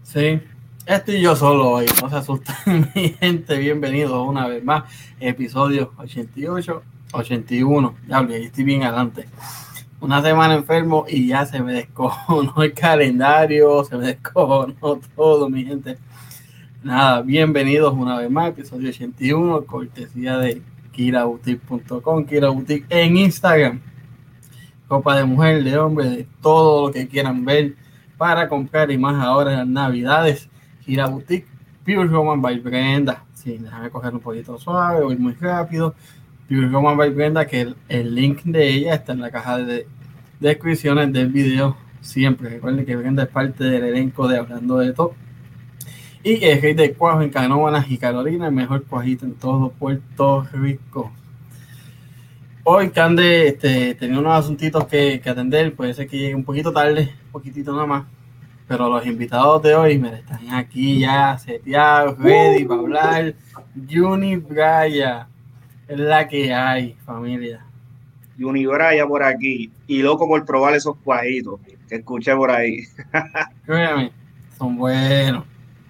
Sí, estoy yo solo hoy, no se asusten mi gente, bienvenidos una vez más, episodio 88, 81, ya olvidé, estoy bien adelante. Una semana enfermo y ya se me descojonó el calendario, se me descojonó todo, mi gente. Nada, bienvenidos una vez más, episodio 81, cortesía de kiraboutique.com, Kira Boutique en Instagram, ropa de mujer, de hombre, de todo lo que quieran ver para comprar y más ahora en las navidades. Kira Boutique, Pure Roman by Brenda. Sí, déjame coger un poquito suave, voy muy rápido. Pure Roman by Brenda, que el link de ella está en la caja de descripciones del video. Siempre recuerden que Brenda es parte del elenco de Hablando de Todo. Y el rey de cuajo en Canóvanas y Carolina, el mejor cuajito en todo Puerto Rico. Hoy Cande tenía unos asuntitos que atender, puede ser que llegue un poquito tarde, un poquitito nada más, pero los invitados de hoy me están aquí ya seteados, ready para hablar. Juni Braya es la que hay, familia. Juni Braya por aquí y loco por probar esos cuajitos que escuché por ahí. Créeme, son buenos,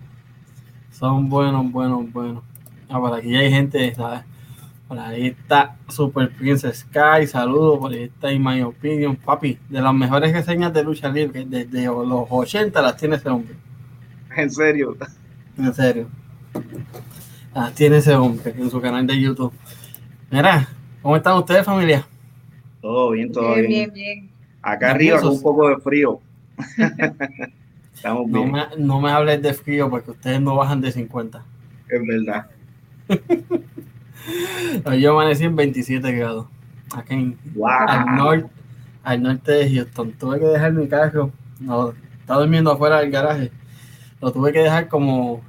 buenos. Ah, por aquí hay gente, ¿sabes? Por ahí está Super Princess Sky, saludos. Por ahí está In My Opinion, papi. De las mejores reseñas de lucha libre, desde los 80 las tiene ese hombre. En serio. En serio. Las tiene ese hombre en su canal de YouTube. Mira, ¿cómo están ustedes, familia? Todo bien, todo bien. Bien. Acá arriba con un Nerviosos. poco de frío. Estamos bien, No me hables de frío porque ustedes no bajan de 50. es verdad. Yo amanecí en 27 grados. Aquí Wow. al norte de Houston. Tuve que dejar mi carro. No, estaba durmiendo afuera del garaje. Lo tuve que dejar como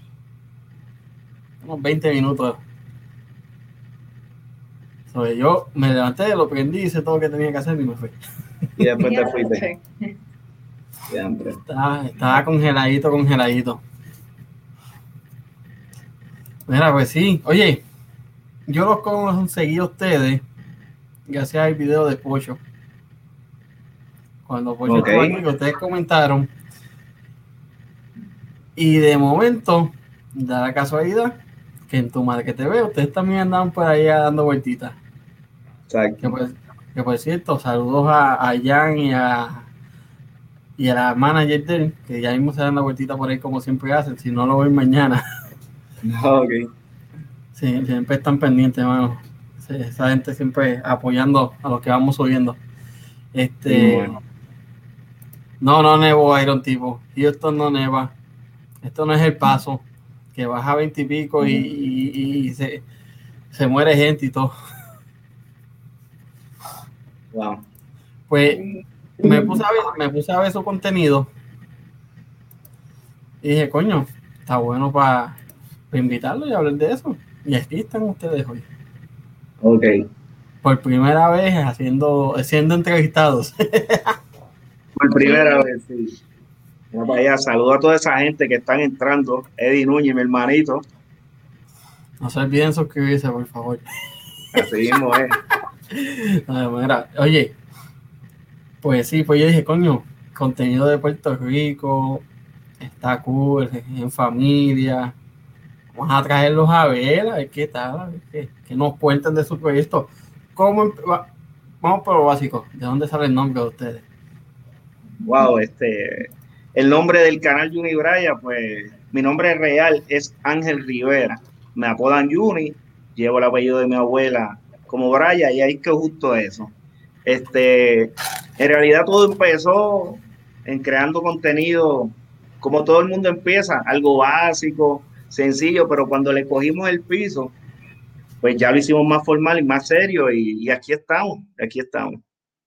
unos 20 minutos. Yo me levanté, lo prendí, hice todo lo que tenía que hacer y me fui. Y después te fuiste. Estaba congeladito. Mira, pues sí. Oye, yo los conseguí a ustedes gracias al video de Pocho. Cuando Pocho Ok. estuvo aquí, que ustedes comentaron. Y de momento, da la casualidad que en tu madre que te veo, ustedes también andaban por ahí dando vueltitas. Exacto. Que por cierto, saludos a Jan y a la manager de él, que ya mismo se dan la vueltita por ahí como siempre hacen, si no lo ven mañana. Ok. Sí, siempre están pendientes, hermano. Sí, esa gente siempre apoyando a los que vamos subiendo. Sí, bueno. No nevó Iron tipo. Houston no neva. Esto no es El Paso, que baja 20 y pico y se muere gente y todo. Wow. Pues me puse a ver su contenido y dije, coño, está bueno para invitarlo y hablar de eso. Y aquí están ustedes hoy. Ok. Por primera vez siendo entrevistados. Por primera vez, sí. Mira para allá. Saludo a toda esa gente que están entrando. Eddie Núñez, mi hermanito. No se olviden suscribirse, por favor. Así mismo es. Mira, oye, pues sí, pues yo dije, coño, contenido de Puerto Rico, está cool, en familia. Vamos a traerlos a ver qué tal, a ver qué nos cuentan de su proyecto. Vamos por lo básico, ¿de dónde sale el nombre de ustedes? Wow, el nombre del canal Juni Braya, pues mi nombre real es Ángel Rivera. Me apodan Juni, llevo el apellido de mi abuela como Braya y ahí que justo eso. En realidad todo empezó en creando contenido, como todo el mundo empieza, algo básico, sencillo, pero cuando le cogimos el piso, pues ya lo hicimos más formal y más serio y aquí estamos.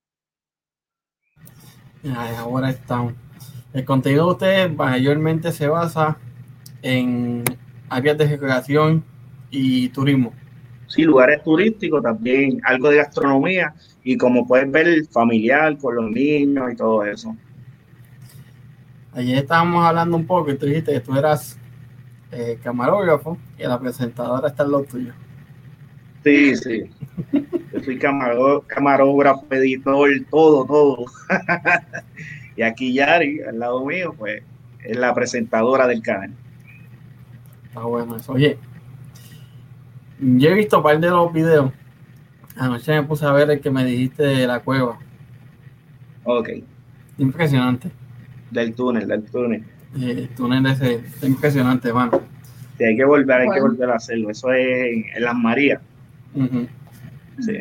Ay, ahora están. El contenido de ustedes mayormente se basa en áreas de recreación y turismo. Sí, lugares turísticos, también algo de gastronomía y como puedes ver, familiar con los niños y todo eso. Ayer estábamos hablando un poco y tú dijiste que tú eras camarógrafo y la presentadora está en lo tuyo. Sí, sí. Yo soy camarógrafo, editor, todo, todo. Y aquí Yari, al lado mío, pues es la presentadora del canal. Está bueno eso. Oye, yo he visto un par de los videos. Anoche me puse a ver el que me dijiste de la cueva. Ok, Impresionante. del túnel. El túnel ese está impresionante, mano. Sí, hay que volver a hacerlo. Eso es en Las Marías. Uh-huh. Sí,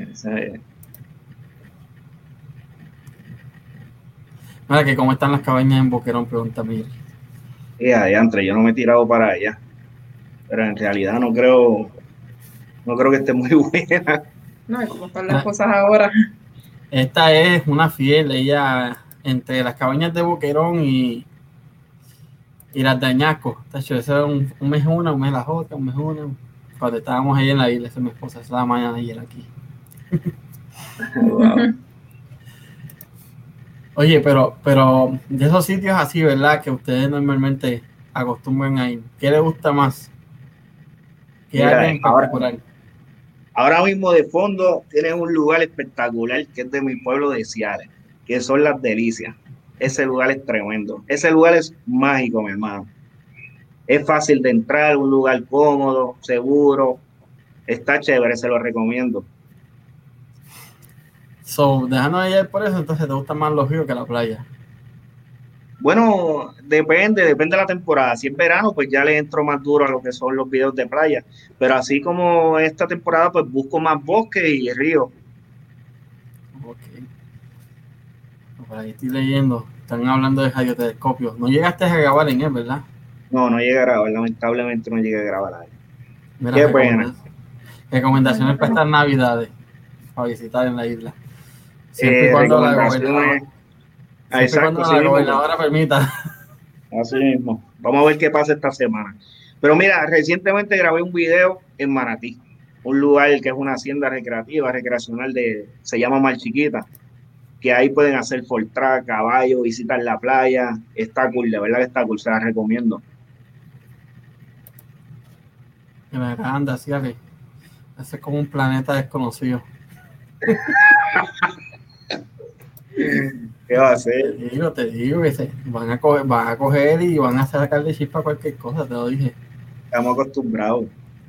Mira que cómo están las cabañas en Boquerón, pregunta Miri. y adiantre, yo no me he tirado para allá, pero en realidad no creo que esté muy buena. No, ¿cómo están las cosas ahora? Esta es una fiel, ella entre las cabañas de Boquerón y las de Añasco. Tacho, eso era un mes una, un mes la otra, un mes una. Cuando estábamos ahí en la isla, esa es mi esposa, esa es la mañana ayer aquí. Wow. Oye, pero de esos sitios así, ¿verdad? Que ustedes normalmente acostumbran a ir, ¿qué les gusta más? ¿Qué Mira, área en particular? ahora mismo de fondo tienes un lugar espectacular que es de mi pueblo de Ciales, que son Las Delicias. Ese lugar es tremendo. Ese lugar es mágico, mi hermano. Es fácil de entrar, un lugar cómodo, seguro. Está chévere, se lo recomiendo. So, dejando de ir por eso, entonces te gustan más los ríos que la playa. Bueno, depende de la temporada. Si es verano, pues ya le entro más duro a lo que son los videos de playa. Pero así como esta temporada, pues busco más bosque y río. Ok. Por ahí estoy leyendo, están hablando de radiotelescopios. No llegaste a grabar en él, ¿verdad? No llegué a grabar, lamentablemente no llegué a grabar ahí. Mira, Qué pena. recomendaciones para estas navidades, para visitar en la isla. Siempre y cuando Recomendaciones. Exacto, así la mismo. gobernadora permita. Así mismo. Vamos a ver qué pasa esta semana. Pero mira, recientemente grabé un video en Manatí, un lugar que es una hacienda recreativa, recreacional se llama Mar Chiquita, que ahí pueden hacer full track, caballo, visitar la playa. Está cool, de verdad que está cool, se la recomiendo. En la grande, así que ese es como un planeta desconocido. ¿Qué va a hacer? Te digo que van a coger y van a sacarle chispa a cualquier cosa, te lo dije. Estamos acostumbrados.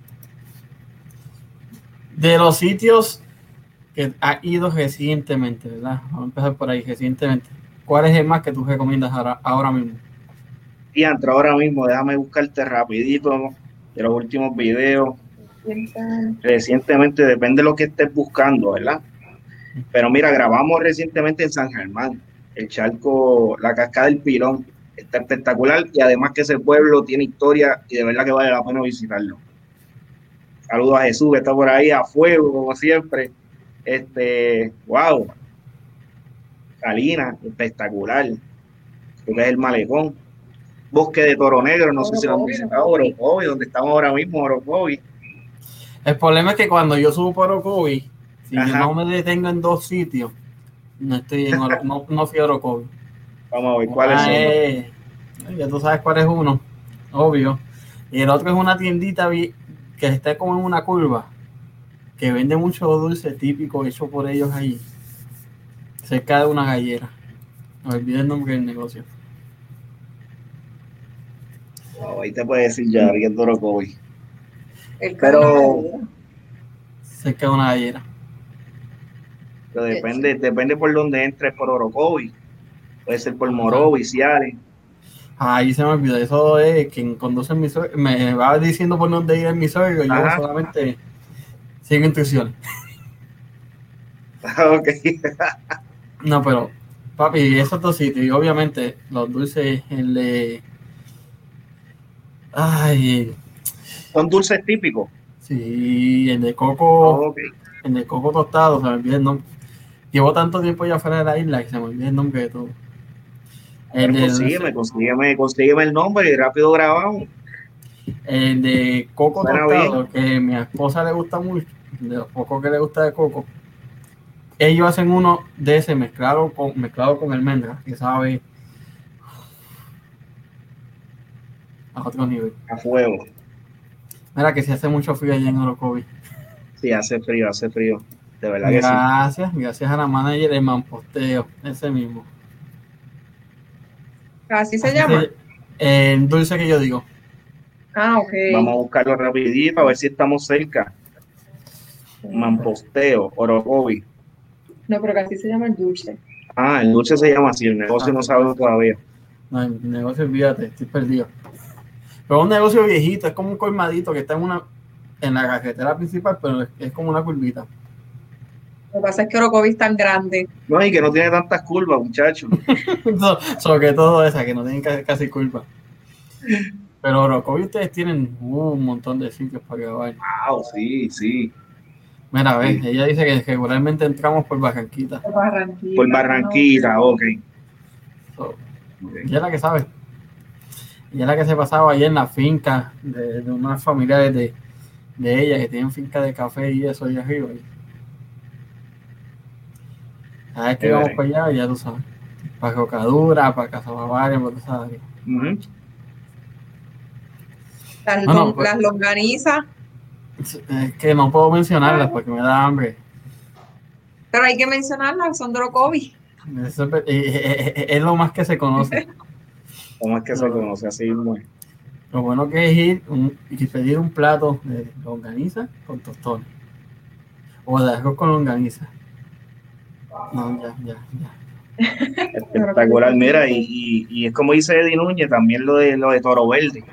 De los sitios que has ido recientemente, ¿verdad? Vamos a empezar por ahí, recientemente. ¿Cuál es el más que tú recomiendas ahora mismo? Y entra ahora mismo, déjame buscarte rapidito de los últimos videos. Recientemente, depende de lo que estés buscando, ¿verdad? Pero mira, grabamos recientemente en San Germán, el charco, la cascada del Pilón. Está espectacular y además que ese pueblo tiene historia y de verdad que vale la pena visitarlo. Saludos a Jesús que está por ahí a fuego, como siempre. Wow, Salinas, espectacular. Lo que es el malecón. Bosque de Toro Negro, no sé si lo han visitado, Orocovi, donde estamos ahora mismo, Orocovi. El problema es que cuando yo subo por Orocovi, si Ajá. yo no me detengo en dos sitios, no estoy en no fui a Orocovi. Vamos a ver cuáles son. Ya tú sabes cuál es uno, obvio. Y el otro es una tiendita que está como en una curva, que vende mucho dulce típico hecho por ellos ahí, cerca de una gallera. No olvides el nombre del negocio. Wow, ahí te puede decir ya, bien Orocovi. Pero cerca de una gallera. Pero depende por donde entres por Orocovi. Puede ser por Morovis, Ciales. Ahí se me olvidó. Eso es quien conduce mi suegro. Me va diciendo por dónde ir en mi suegro. Yo solamente sigo instrucciones. Ok. No, pero, papi, esos dos sitios. Y obviamente los dulces, el de. Ay. ¿Son dulces típicos? Sí, el de coco. Okay. El de coco tostado, se me olvida el nombre. Llevo tanto tiempo ya fuera de la isla que se me olvida el nombre de todo. Consígueme el nombre y rápido grabamos. El de coco Suena tostado, bien. que a mi esposa le gusta mucho, de los pocos que le gusta de coco. Ellos hacen uno de ese mezclado con almendra, que sabe a otro nivel. A fuego. Mira que si hace mucho frío allá en Orocovi. Sí, hace frío. De verdad que sí. Gracias a la manager de Manposteo, ese mismo. ¿Así se llama? El dulce que yo digo. Ah, ok. Vamos a buscarlo rapidito a ver si estamos cerca. Mamposteo, Orocovi. No, pero que así se llama el dulce. Ah, el dulce se llama así, el negocio no sabe todavía. No, el negocio, olvídate, estoy perdido. Pero es un negocio viejito, es como un colmadito que está en la carretera principal, pero es como una curvita. Lo que pasa es que Orocovi es tan grande. No, y que no tiene tantas curvas, muchachos. Sobre todo esa, que no tienen casi culpa. Pero Orocovi ustedes tienen un montón de sitios para grabar. Wow, sí, sí. Mira, ves, Sí. ella dice que regularmente entramos por Barranquita. Por Barranquilla. Por Barranquita, ok. So, ella es la que sabe. Ella es la que se pasaba ahí en la finca de unas familiares de ella que tienen finca de café y eso allá arriba. Cada vez que íbamos para allá, ya tú sabes. Para Rocadura, para Casa Bavaria, para toda esa área. Uh-huh. Bueno, pues, Las longanizas. es que no puedo mencionarlas porque me da hambre. Pero hay que mencionarlas, son de Orocovi. Es lo más que se conoce. ¿Cómo es que se conoce así mismo? Lo bueno que es ir y pedir un plato de longaniza con tostones. O de arroz con longaniza. No, ya. Espectacular, mira, y es como dice Eddie Núñez, también lo de Toro Verde.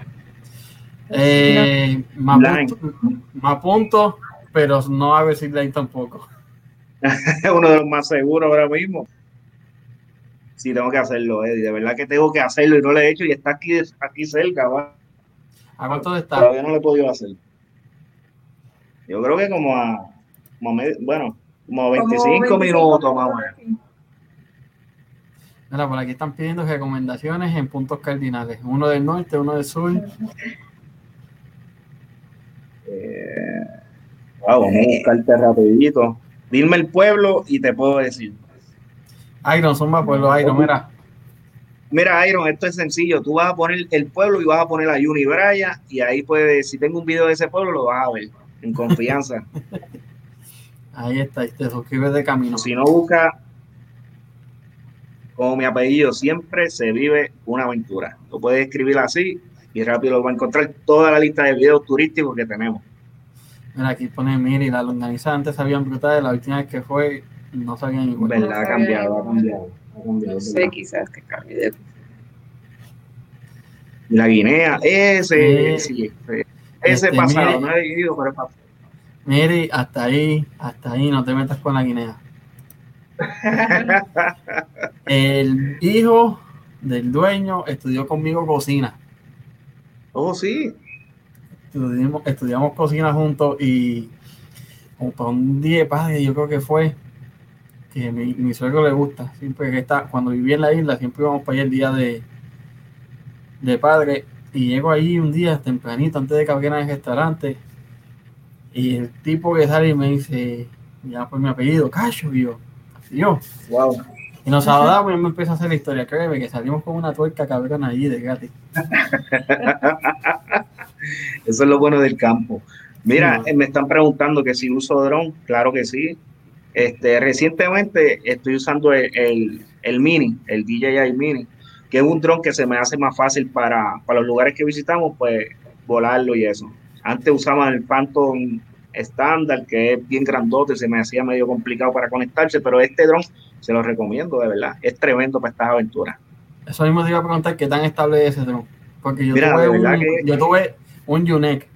Me apunto, pero no a ver si Line tampoco. Es uno de los más seguros ahora mismo. Sí, tengo que hacerlo, Eddie. De verdad que tengo que hacerlo y no lo he hecho y está aquí cerca. ¿Va? ¿A cuánto está? Todavía no lo he podido hacer. Yo creo que como a 25 minutos más o menos. Mira, por aquí están pidiendo recomendaciones en puntos cardinales. Uno del norte, uno del sur. Vamos a buscarte rapidito. Dime el pueblo y te puedo decir. Iron, zumba pueblo, Iron, mira. Mira, Iron, esto es sencillo. Tú vas a poner el pueblo y vas a poner a Juni Braya y ahí puedes, si tengo un video de ese pueblo, lo vas a ver en confianza. Ahí está, y te suscribes de camino. Si no busca como mi apellido, siempre se vive una aventura. Lo puedes escribir así y rápido lo va a encontrar toda la lista de videos turísticos que tenemos. Mira, aquí pone, mira, la longaniza antes sabían brutales, la última vez que fue, no sabían igual. ¿Verdad? Ha cambiado. No sé, quizás que cambie de... La Guinea, ese pasado, no he vivido, pero es pasado. Mire, hasta ahí, no te metas con la Guinea. El hijo del dueño estudió conmigo cocina. Oh, sí. Estudiamos cocina juntos y como para un día de padre, yo creo que fue que mi suegro le gusta. Siempre que cuando vivía en la isla, siempre íbamos para allá el día de padre. Y llego ahí un día tempranito, antes de que abrieran el restaurante. Y el tipo que sale y me dice, ya por mi apellido, Cacho, y yo. Wow. Y nos saludamos y me empieza a hacer la historia. Créeme que salimos con una tuerca cabrón allí de gratis. Eso es lo bueno del campo. Mira, me están preguntando que si uso dron, claro que sí. Recientemente estoy usando el Mini, el DJI Mini, que es un dron que se me hace más fácil para los lugares que visitamos, pues volarlo y eso. Antes usaba el Phantom estándar, que es bien grandote, se me hacía medio complicado para conectarse, pero este dron se lo recomiendo, de verdad. Es tremendo para estas aventuras. Eso mismo te iba a preguntar qué tan estable es ese dron. Porque yo Mira, tuve un UNEC.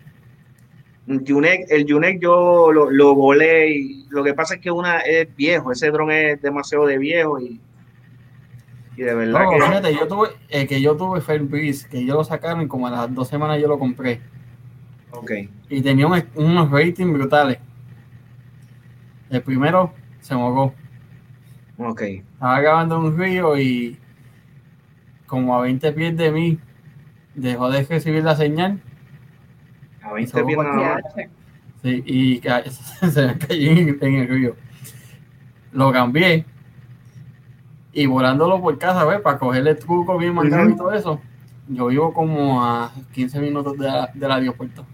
El UNEC yo lo volé y lo que pasa es que es viejo, ese dron es demasiado de viejo y de verdad que... Fíjate, yo tuve Fair Breeze, que yo lo sacaron y como a las 2 semanas yo lo compré. Okay. Y tenía unos ratings brutales. El primero se mojó. Okay. Estaba grabando un río y como a 20 pies de mí dejó de recibir la señal. A 20 pies nada más. Sí, y se me cayó en el río. Lo cambié y volándolo por casa, ¿ves? Para coger el truco bien mandado y todo eso. Yo vivo como a 15 minutos del aeropuerto.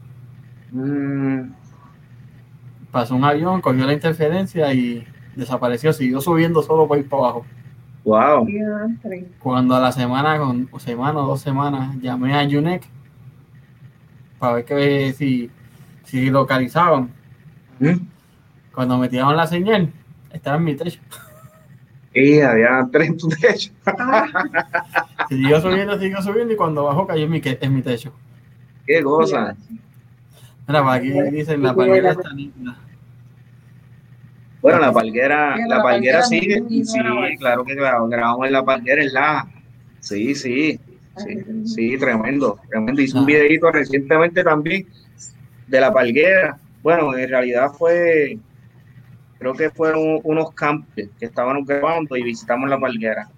Pasó un avión, cogió la interferencia y desapareció. Siguió subiendo solo para ir para abajo. Wow. Cuando a la semana, o 2 semanas, llamé a UNEC para ver si localizaban. Cuando me tiraron la señal, estaba en mi techo. Y había 3 en tu techo. Siguió subiendo y cuando bajó cayó en mi techo. Qué cosa. Mira, aquí dicen la palguera está nítida. Bueno, la palguera sigue. Sí, claro que grabamos en la palguera, en la. Sí, tremendo. Hice un videito recientemente también de la palguera. Bueno, en realidad creo que fueron unos campos que estaban grabando y visitamos la palguera.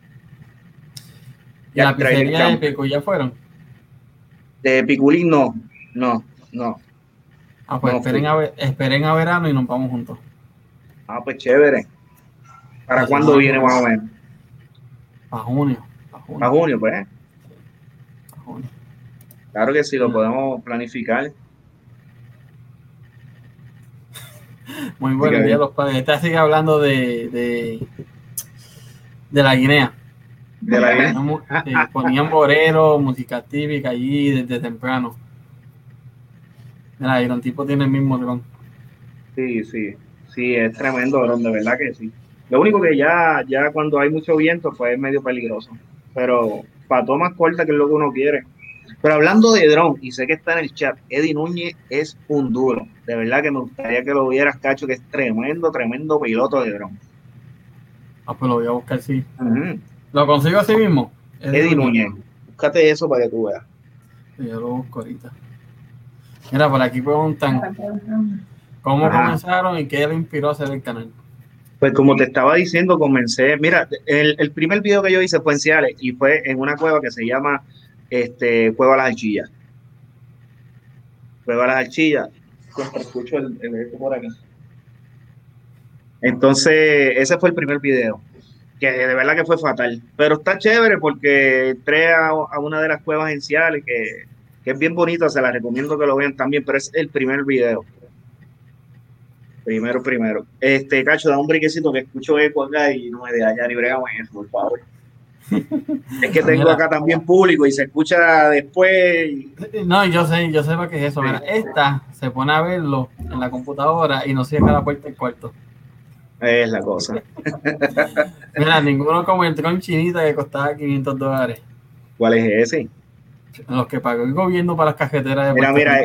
¿Y la pizzería de Pico ya fueron? De Piculín no. Ah, pues esperen a verano y nos vamos juntos. Ah, pues chévere. ¿Para cuándo viene más o menos? Para junio. Para junio, pues. Para junio. Claro que sí, lo podemos planificar. Muy buenos días, los padres. Esta sigue hablando de la Guinea. De la Guinea. Ponían boleros, música típica allí desde temprano. Mira, Iron Tipo tiene el mismo dron. Sí, es tremendo dron, de verdad que sí. Lo único que ya cuando hay mucho viento, pues es medio peligroso. Pero para tomas cortas, que es lo que uno quiere. Pero hablando de dron, y sé que está en el chat, Eddie Núñez es un duro. De verdad que me gustaría que lo vieras, Cacho, que es tremendo piloto de dron. Ah, pues lo voy a buscar, sí. ¿Lo consigo así mismo? Eddie Núñez. Búscate eso para que tú veas. Sí, yo lo busco ahorita. Mira, por aquí preguntan cómo comenzaron y qué le inspiró a hacer el canal. Pues como te estaba diciendo, comencé. Mira, el primer video que yo hice fue en Ciales y fue en una cueva que se llama Cueva Las Archillas. Cueva Las Archillas. Escucho el eco por aquí. Entonces, ese fue el primer video, que de verdad que fue fatal. Pero está chévere porque entré a una de las cuevas en Ciales, que es bien bonita, se la recomiendo que lo vean también, pero es el primer video. Primero. Cacho, da un briquecito que escucho eco acá y no me deja ya ni bregamos en eso, por favor. Es que tengo acá también público y se escucha después. No, yo sé lo que es eso. Mira, esta se pone a verlo en la computadora y no cierra la puerta del cuarto. Es la cosa. Mira, ninguno como el dron chinita que costaba $500. ¿Cuál es ese? Los que pagó el gobierno para las cajeteras de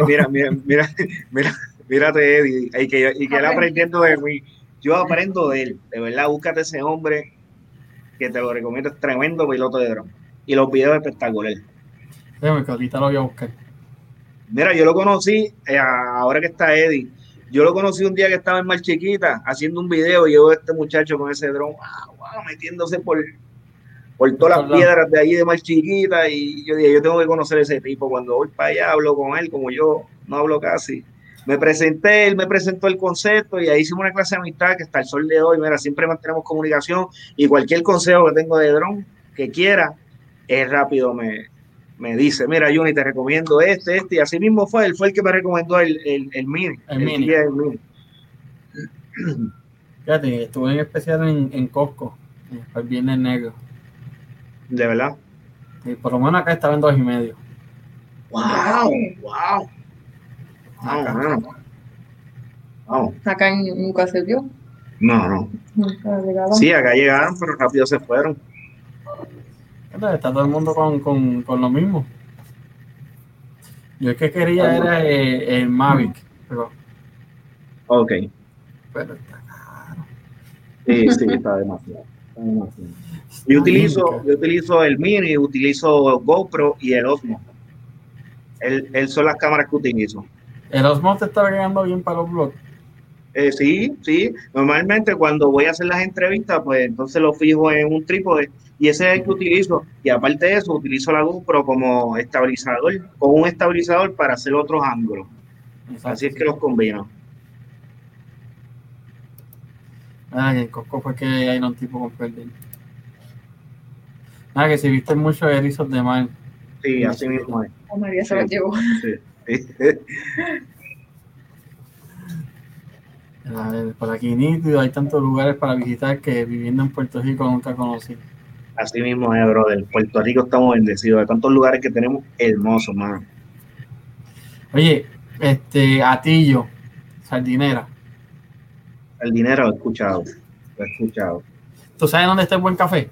mírate, Eddie, y que él aprendiendo de mí. Yo aprendo de él. De verdad, búscate ese hombre que te lo recomiendo, es tremendo piloto de dron. Y los videos espectaculares. Déjame que ahorita lo voy a buscar. Mira, yo lo conocí, ahora que está Eddie, yo lo conocí un día que estaba en Mar Chiquita haciendo un video y yo este muchacho con ese dron, metiéndose por todas las piedras de allí de Mar Chiquita, y yo dije, yo tengo que conocer a ese tipo. Cuando voy para allá hablo con él, como yo no hablo casi. Me presenté, él me presentó el concepto y ahí hicimos una clase de amistad que hasta el sol de hoy, mira, siempre mantenemos comunicación y cualquier consejo que tengo de dron que quiera, es rápido me dice, mira, Juni, te recomiendo y así mismo él fue el que me recomendó el Mini. El Mini. Fíjate, estuve en especial en Costco, el Viernes Negro. ¿De verdad? Y por lo menos acá estaba en $2.50. ¡Wow! Acá nunca se vio. No. Sí, acá llegaron, pero rápido se fueron. Está todo el mundo con lo mismo. Yo el que quería era el Mavic. Ok. Pero está caro. Sí, está demasiado. Yo utilizo el Mini, utilizo GoPro y el Osmo. Son las cámaras que utilizo. ¿El Osmo te está llegando bien para los vlogs? Sí. Normalmente cuando voy a hacer las entrevistas, pues entonces lo fijo en un trípode y ese es el que utilizo. Y aparte de eso, utilizo la GoPro como estabilizador, con un estabilizador para hacer otros ángulos. Exacto, así es que los combino. En Costco fue que hay un tipo con perder. Que si viste muchos erizos de mar. Sí, así mismo es. María se los llevó. Sí. Por aquí nítido, hay tantos lugares para visitar que viviendo en Puerto Rico nunca conocí. Así mismo es, brother. Puerto Rico estamos bendecidos de tantos lugares que tenemos hermosos, mano. Oye, Atillo, Sardinera. El dinero lo he escuchado, lo he escuchado. ¿Tú sabes dónde está el buen café?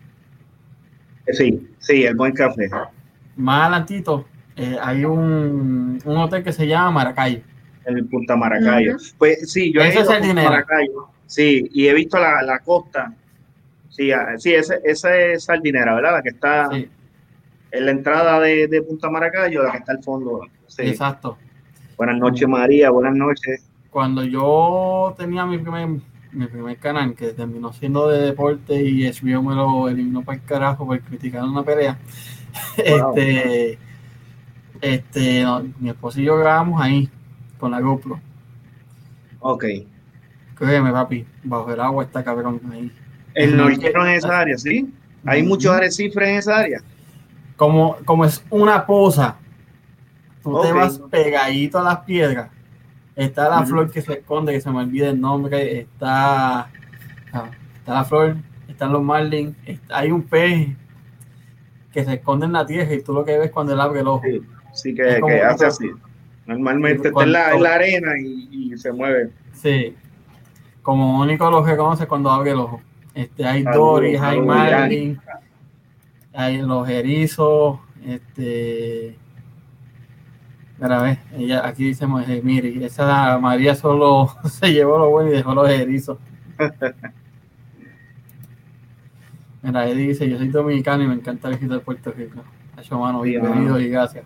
Sí, sí, el buen café. Más adelantito hay un hotel que se llama Maracayo. El Punta Maracayo. Pues sí, yo he Eso es ido a Punta Sardinera. Maracayo, sí, y he visto la costa. Sí, sí, esa es Sardinera, ¿verdad? La que está Sí, en la entrada de Punta Maracayo, la que está al fondo. Sí. exacto. Buenas noches, María, buenas noches. Cuando yo tenía mi primer canal, que terminó siendo de deporte y HBO me lo eliminó para el carajo por criticar una pelea, Wow. mi esposo y yo grabamos ahí con la GoPro. Ok. Créeme, papi, bajo el agua está cabrón ahí. El Noche, nortero en esa área, ¿sí? Hay muchos arrecifes en esa área. como es una poza, tú te Ok. vas pegadito a las piedras. Está la Ujú. flor que se esconde, que se me olvida el nombre. Está la flor, están los marlins. Hay un pez que se esconde en la tierra y tú lo que ves cuando él abre el ojo. Sí, sí Es que como hace único. así. Y Normalmente está en cuando, la arena y se mueve. sí, como único lo reconoce cuando abre el ojo. Hay Saludos, doris, hay saludos, Irán. marlin, hay los erizos. Mira, ve, ella, aquí dice, mire, esa María solo se llevó lo bueno y dejó los erizos. Mira, Eddie dice, yo soy dominicano y me encanta visitar Puerto Rico. Hacho, mano, Sí, bienvenido mano. y gracias.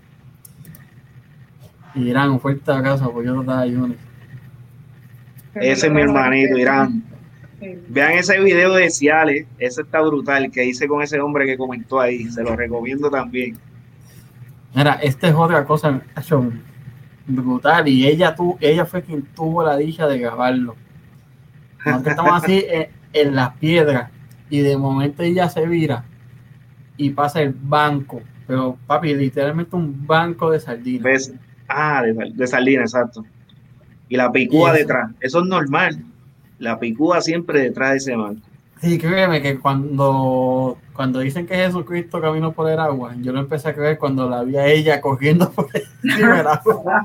Irán, un fuerte abrazo, apoyo total a Yunes. Ese es mi hermanito, Irán. Vean ese video de Ciales, ese está brutal, que hice con ese hombre que comentó ahí. Se lo recomiendo también. Mira, esta es otra cosa, hacho, brutal, y ella fue quien tuvo la dicha de grabarlo. Nosotros estamos así en las piedras, y de momento ella se vira y pasa el banco, pero papi, literalmente un banco de sardinas. ¿Ves? Ah, de sardina, exacto. Y la Y picúa eso, detrás. Eso es normal. La picúa siempre detrás de ese banco. sí, créeme que cuando dicen que Jesucristo caminó por el agua, yo lo empecé a creer cuando la vi a ella corriendo por encima del agua.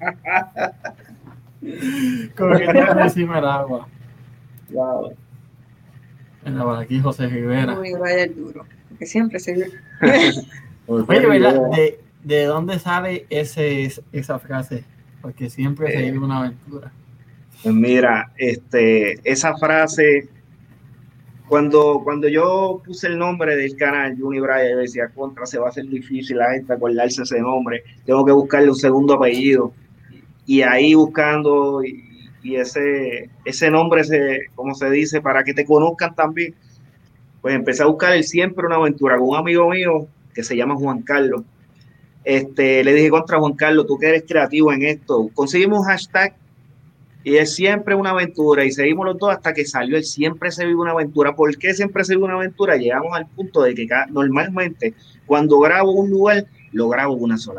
Corriendo por encima del agua. Wow. Mira, por aquí José Rivera. Uy, vaya el duro, porque siempre se ve. José Oye, ¿verdad? Rivera. ¿De dónde sale esa frase? Porque siempre se vive una aventura. Pues mira, esa frase, cuando yo puse el nombre del canal, Juni Bryan, yo decía, contra, se va a hacer difícil la gente acordarse ese nombre, tengo que buscarle un segundo apellido. Y ahí buscando, y ese nombre, como se dice, para que te conozcan también, pues empecé a buscar el siempre una aventura con un amigo mío que se llama Juan Carlos. Le dije contra Juan Carlos, tú que eres creativo en esto, conseguimos un hashtag y es siempre una aventura y seguimos los dos hasta que salió el siempre se vive una aventura. ¿Por qué siempre se vive una aventura? Llegamos al punto de que normalmente cuando grabo un lugar, lo grabo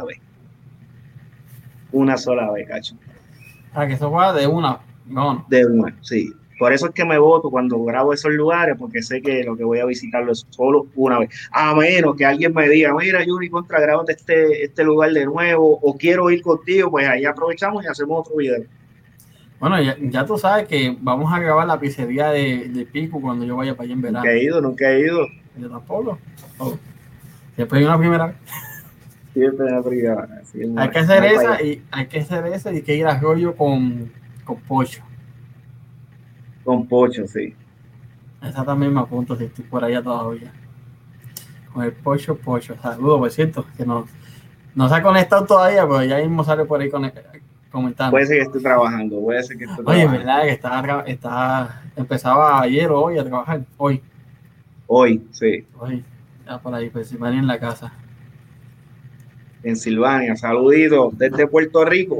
una sola vez, cacho, Ah, que eso va de una. No. de una, sí. Por eso es que me voto cuando grabo esos lugares, porque sé que lo que voy a visitarlo es solo una vez. A menos que alguien me diga, mira, Juni, contra, grábate este lugar de nuevo, o quiero ir contigo, pues ahí aprovechamos y hacemos otro video. Bueno, ya tú sabes que vamos a grabar la pizzería de Pico cuando yo vaya para allá en Nunca verano. he ido, nunca he ido. Yo tampoco. Oh. Después hay una primera vez. Siempre en la privada. Sí, Hay que hacer esa y hay que hacer esa y hay que ir a rollo con Pocho. con Pocho, sí. Esa también me apunto si estoy por allá todavía. Con el Pocho. Saludos, por cierto, que no se ha conectado todavía, pero ya mismo sale por ahí comentando. Puede ser que esté trabajando, puede ser que esté Oye, es trabajando. verdad que empezaba ayer o hoy a trabajar. Hoy, sí. Hoy, ya por ahí, Pensilvania en la casa. En Silvania, saluditos desde Puerto Rico.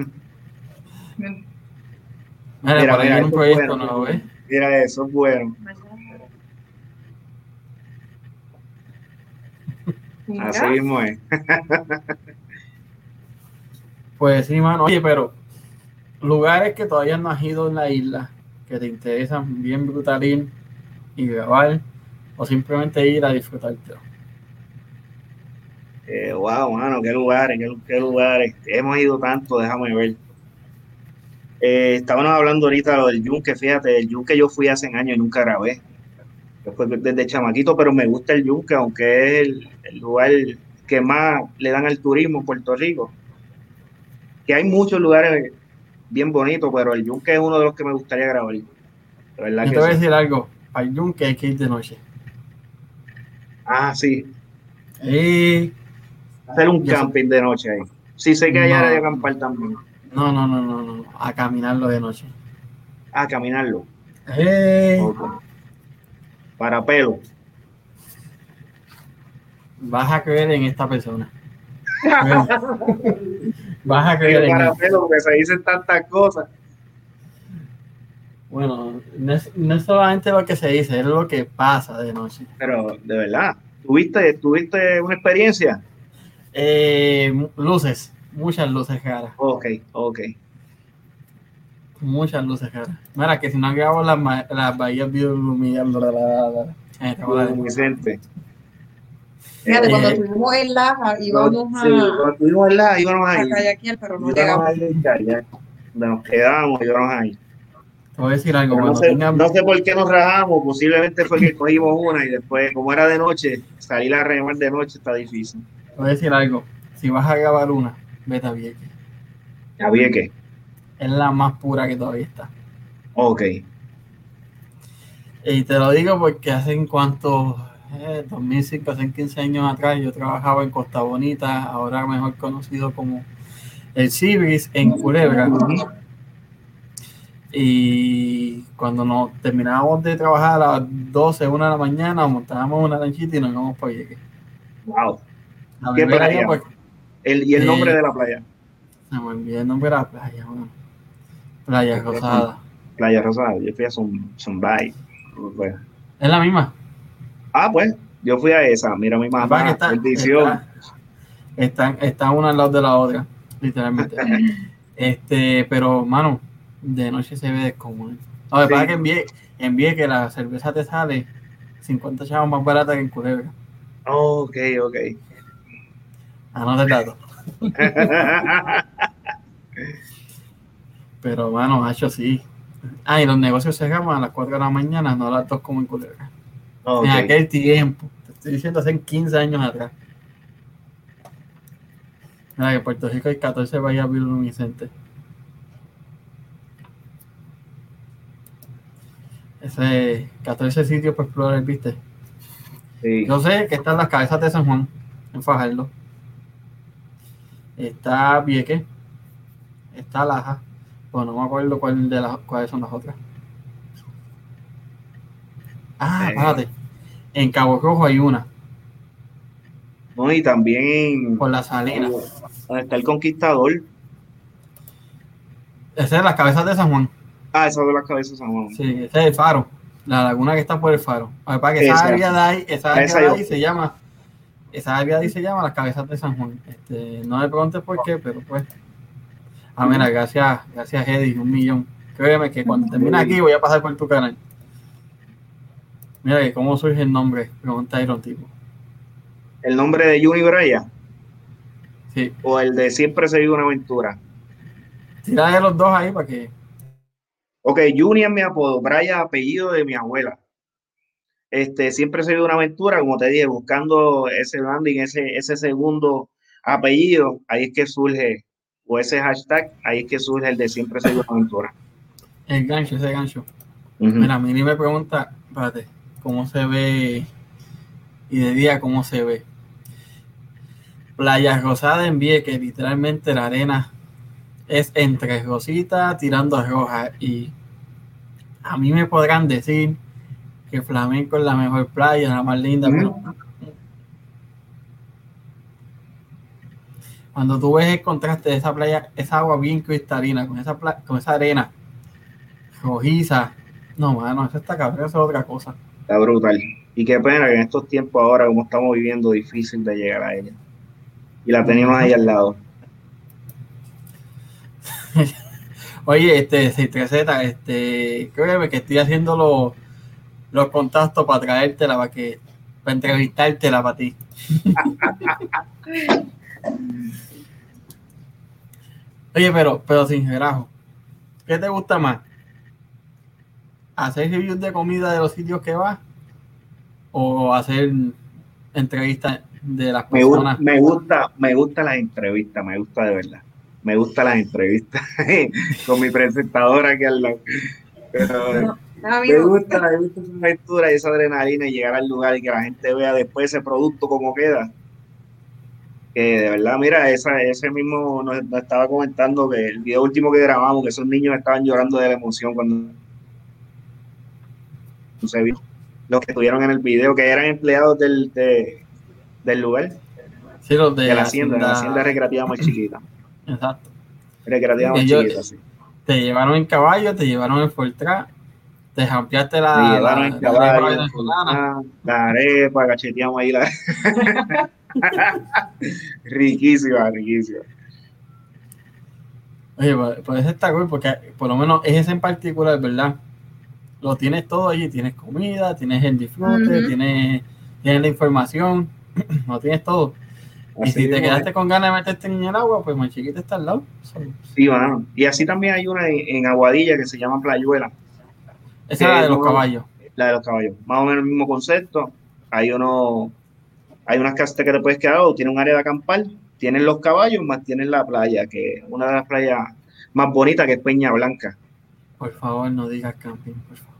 Mira, Mira, por ahí mira, viene un esto es proyecto bueno. nuevo, ¿ves? Mira eso, es bueno. Así Mira, mismo es. Pues sí, mano. Oye, pero lugares que todavía no has ido en la isla, que te interesan bien brutal ir y grabar, o simplemente ir a disfrutarte. Wow, mano, qué lugares, qué lugares. Hemos ido tanto, déjame ver. Estábamos hablando ahorita de lo del Yunque, fíjate, el Yunque yo fui hace años y nunca grabé. Yo fui desde chamaquito, pero me gusta el Yunque, aunque es el lugar que más le dan al turismo en Puerto Rico. Que hay muchos lugares bien bonitos, pero el Yunque es uno de los que me gustaría grabar. De verdad Yo te que voy a sí. decir algo, al yunque hay que ir de noche. Ah, sí, Y hacer un yo sé, camping de noche ahí. Sí, sé que hay área de no, acampar también. no, a caminarlo de noche. Ah, caminarlo. Eh, Ok. Para pelo. Vas a creer en esta persona. Créeme, vas a creer Digo en para él. pelo porque se dicen tantas cosas. Bueno, no es solamente lo que se dice, es lo que pasa de noche. Pero de verdad, ¿tuviste una experiencia? Luces, muchas luces caras. Ok, ok. Muchas luces caras. Mira, que si no grabo las bahías bioluminiscentes, Luminiscente. Fíjate, cuando Eh, estuvimos en Laja, íbamos Sí, cuando estuvimos en la, íbamos a ahí. kayakear, pero no Íbamos llegamos. ahí en kayak. Donde nos quedamos, íbamos ahí. te voy a decir algo, Pero cuando tengan, no sé por qué nos rajamos. Posiblemente fue que cogimos una y después, como era de noche, salir a remar de noche está difícil. te voy a decir algo, si vas a grabar una, vete a Vieques. Había que. Es la más pura que todavía está. Ok. Y te lo digo porque hace en cuanto 2005, hace 15 años atrás, yo trabajaba en Costa Bonita, ahora mejor conocido como el Cibis en Culebra. Ujú. Y cuando nos terminábamos de trabajar a las 12, 1 de la mañana, montábamos una lanchita y nos íbamos para Vieques. Wow. A ¿Qué beber allá, playa? pues, Y el nombre de la playa. se me olvidó el nombre de la playa, bueno. Playa Yo fui a Son- Rosada. Playa Rosada. Yo fui a Sonbay. Es la misma. Ah, pues, yo fui a esa. Mira, mi Lo que pasa mamá, es que bendición. están una al lado de la otra, literalmente. Pero, mano, de noche se ve descomunal. Lo que pasa es que Sí. envié que la cerveza te sale 50 chavos más barata que en Culebra. Ok, ok. Anota el dato. Pero, mano, macho, sí. Ah, y los negocios se cerraban a las 4 de la mañana, no a las 2 como en Culebra. En Ok. aquel tiempo, te estoy diciendo hace 15 años atrás. Mira, que en Puerto Rico hay 14 bahías bioluminiscentes. Ese 14 sitios para explorar, ¿viste? Sí. Yo sé que están las cabezas de San Juan, en Fajardo. Está Vieques, está Laja, pues no me acuerdo cuáles son las otras. Ah, Eh, párate, en Cabo Rojo hay una, no, y también por la Salina. donde está el Conquistador. Esa es las cabezas de San Juan. Ah, esa de las cabezas de San Juan. Sí, ese es el faro. La laguna que está por el faro. Para que esa área Exacto. de ahí, esa A área esa de yo ahí se fui. llama, esa área de ahí se llama las cabezas de San Juan. No me preguntes por qué, pero pues. Ah, mira, gracias Eddie, 1 millón. Créeme que cuando termine aquí voy a pasar por tu canal. Mira, que cómo surge el nombre, pregunta Iron Tipo. El nombre de Juni Braya Sí, o el de Siempre se vive una aventura. tira de los dos ahí para que. Ok, Juni es mi apodo, Braya apellido de mi abuela. Siempre se vive una aventura, como te dije, buscando ese landing, ese segundo apellido, ahí es que surge, o ese hashtag, ahí es que surge el de Siempre se vive una aventura. El gancho, ese gancho. Ujú. Mira, a mí me pregunta, espérate, cómo se ve y de día cómo se ve. Playa Rosada en Vieques, literalmente la arena es entre rosita tirando a roja. Y a mí me podrán decir que Flamenco es la mejor playa, la más linda, pero Ujú. cuando tú ves el contraste de esa playa, esa agua bien cristalina, con esa arena rojiza, no, mano, eso está cabrón, eso es otra cosa. Está brutal. Y qué pena que en estos tiempos ahora, como estamos viviendo, difícil de llegar a ella. Y la tenemos ahí Uh-huh. al lado. Oye, 63Z, créeme que estoy haciendo los contactos para traértela, para entrevistártela para ti. Oye, pero sin relajo, ¿qué te gusta más? ¿Hacer reviews de comida de los sitios que vas o hacer entrevistas de las personas? Me gusta las entrevistas, me gusta de verdad. Me gustan las entrevistas con mi presentadora aquí al lado. Pero No, a mí no. me gusta esa aventura y esa adrenalina y llegar al lugar y que la gente vea después ese producto como queda. Que de verdad, mira, ese mismo nos estaba comentando que el video último que grabamos, que esos niños estaban llorando de la emoción cuando se vio los que estuvieron en el video, que eran empleados del lugar, Sí, los de la Hacienda. hacienda recreativa más chiquita. Exacto. Recreativa más Ellos chiquita, sí. te llevaron en caballo, te llevaron en Fortrack, te jampeaste Me llevaron en la arepa caballo, venezolana. la arepa, cacheteamos ahí la... riquísima, riquísima. Oye, pues ese está cool, porque por lo menos ese en particular, ¿verdad? Lo tienes todo allí, tienes comida, tienes el disfrute, tienes la información, lo tienes todo. Y Así si te mismo quedaste es. con ganas de meterte en el agua, pues Manchiquita está al lado. Sí, mano. Y así también hay una en Aguadilla que se llama Playuela, Esa es la que de los no, caballos. la de los caballos. Más o menos el mismo concepto. Hay unas casas que te puedes quedar o tiene un área de acampar, tienen los caballos, más tienen la playa, que es una de las playas más bonitas, que es Peña Blanca. Por favor, no digas camping, por favor.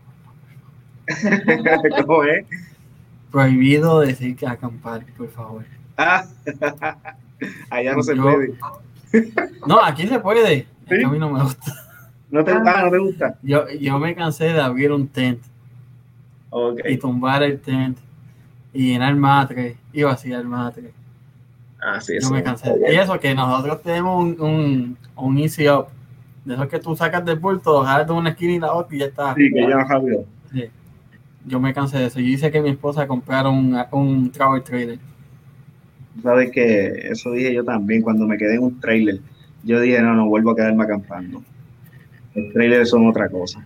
¿Cómo es? Prohibido decir que acampar, por favor. Ah, allá no se Yo, puede. no, aquí se puede. Es que a ¿Sí? mí no me gusta. ¿No te gusta? Yo me cansé de abrir un tent Ok. y tumbar el tent y llenar matre y vaciar matre. Ah, sí, Yo eso me no está cansé. Y bien. eso que nosotros tenemos un easy up. De esos que tú sacas del bulto, jalas de una esquina y la otra y ya está. Sí, que ya rápido. Sí. Yo me cansé de eso. Yo hice que mi esposa comprara un travel trailer. Sabes que eso dije yo también cuando me quedé en un trailer. Yo dije, no, no vuelvo a quedarme acampando. Los trailers son otra cosa.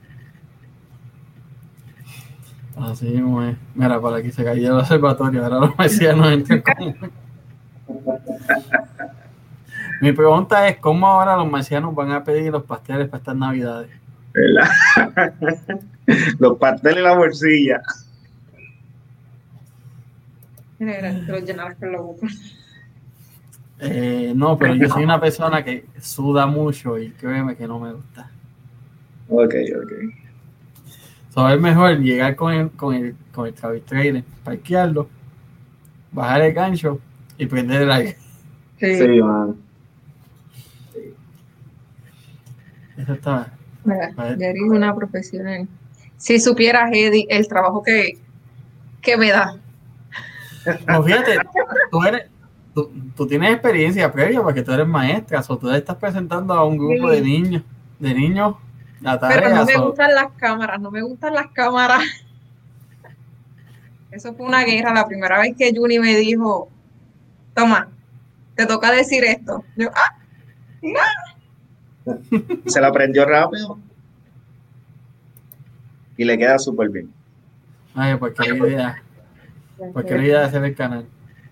Así mismo es. Mira, para aquí se cayó el observatorio. Ahora los marcianos entran con... Mi pregunta es, ¿cómo ahora los marcianos van a pedir los pasteles para estas navidades? ¿Verdad? Los pasteles en la bolsilla. Mira, te lo llenaras con la boca. No, pero yo soy una persona que suda mucho y créeme que no me gusta. Ok. So, es mejor llegar con el travel trailer, parquearlo, bajar el gancho y prender el aire. Sí, man. Eso está. Mira, ya eres una profesional. Si supieras, Eddie, el trabajo que me da. Pues fíjate, tú tienes experiencia previa porque tú eres maestra, o tú le estás presentando a un grupo de niños la Pero tarea. no me gustan las cámaras, no me gustan las cámaras. Eso fue una guerra. La primera vez que Juni me dijo, toma, te toca decir esto. Yo, no. Se la aprendió rápido y le queda súper bien. Ay, porque la idea de hacer el canal.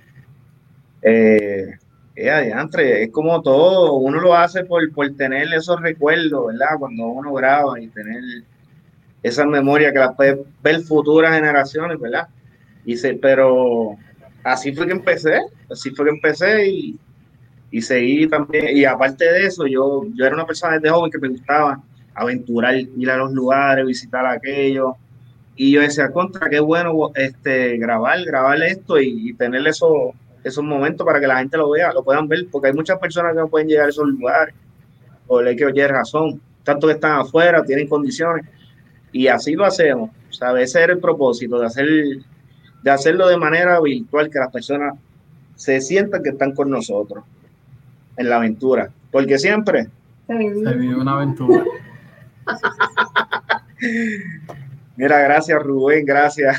Adiantre, es como todo, uno lo hace por tener esos recuerdos, ¿verdad? Cuando uno graba y tener esas memorias que las puede ver futuras generaciones, ¿verdad? Pero así fue que empecé y seguí también. Y aparte de eso, yo era una persona desde joven que me gustaba aventurar, ir a los lugares, visitar aquello. Y yo decía, contra, qué bueno grabar esto y tener esos momentos para que la gente lo vea, lo puedan ver, porque hay muchas personas que no pueden llegar a esos lugares, por el que oye razón, tanto que están afuera, tienen condiciones, y así lo hacemos. ¿Sabes? Ese era el propósito, de hacerlo de manera virtual, que las personas se sientan que están con nosotros en la aventura, porque siempre Se vive una aventura. mira, gracias Rubén, gracias.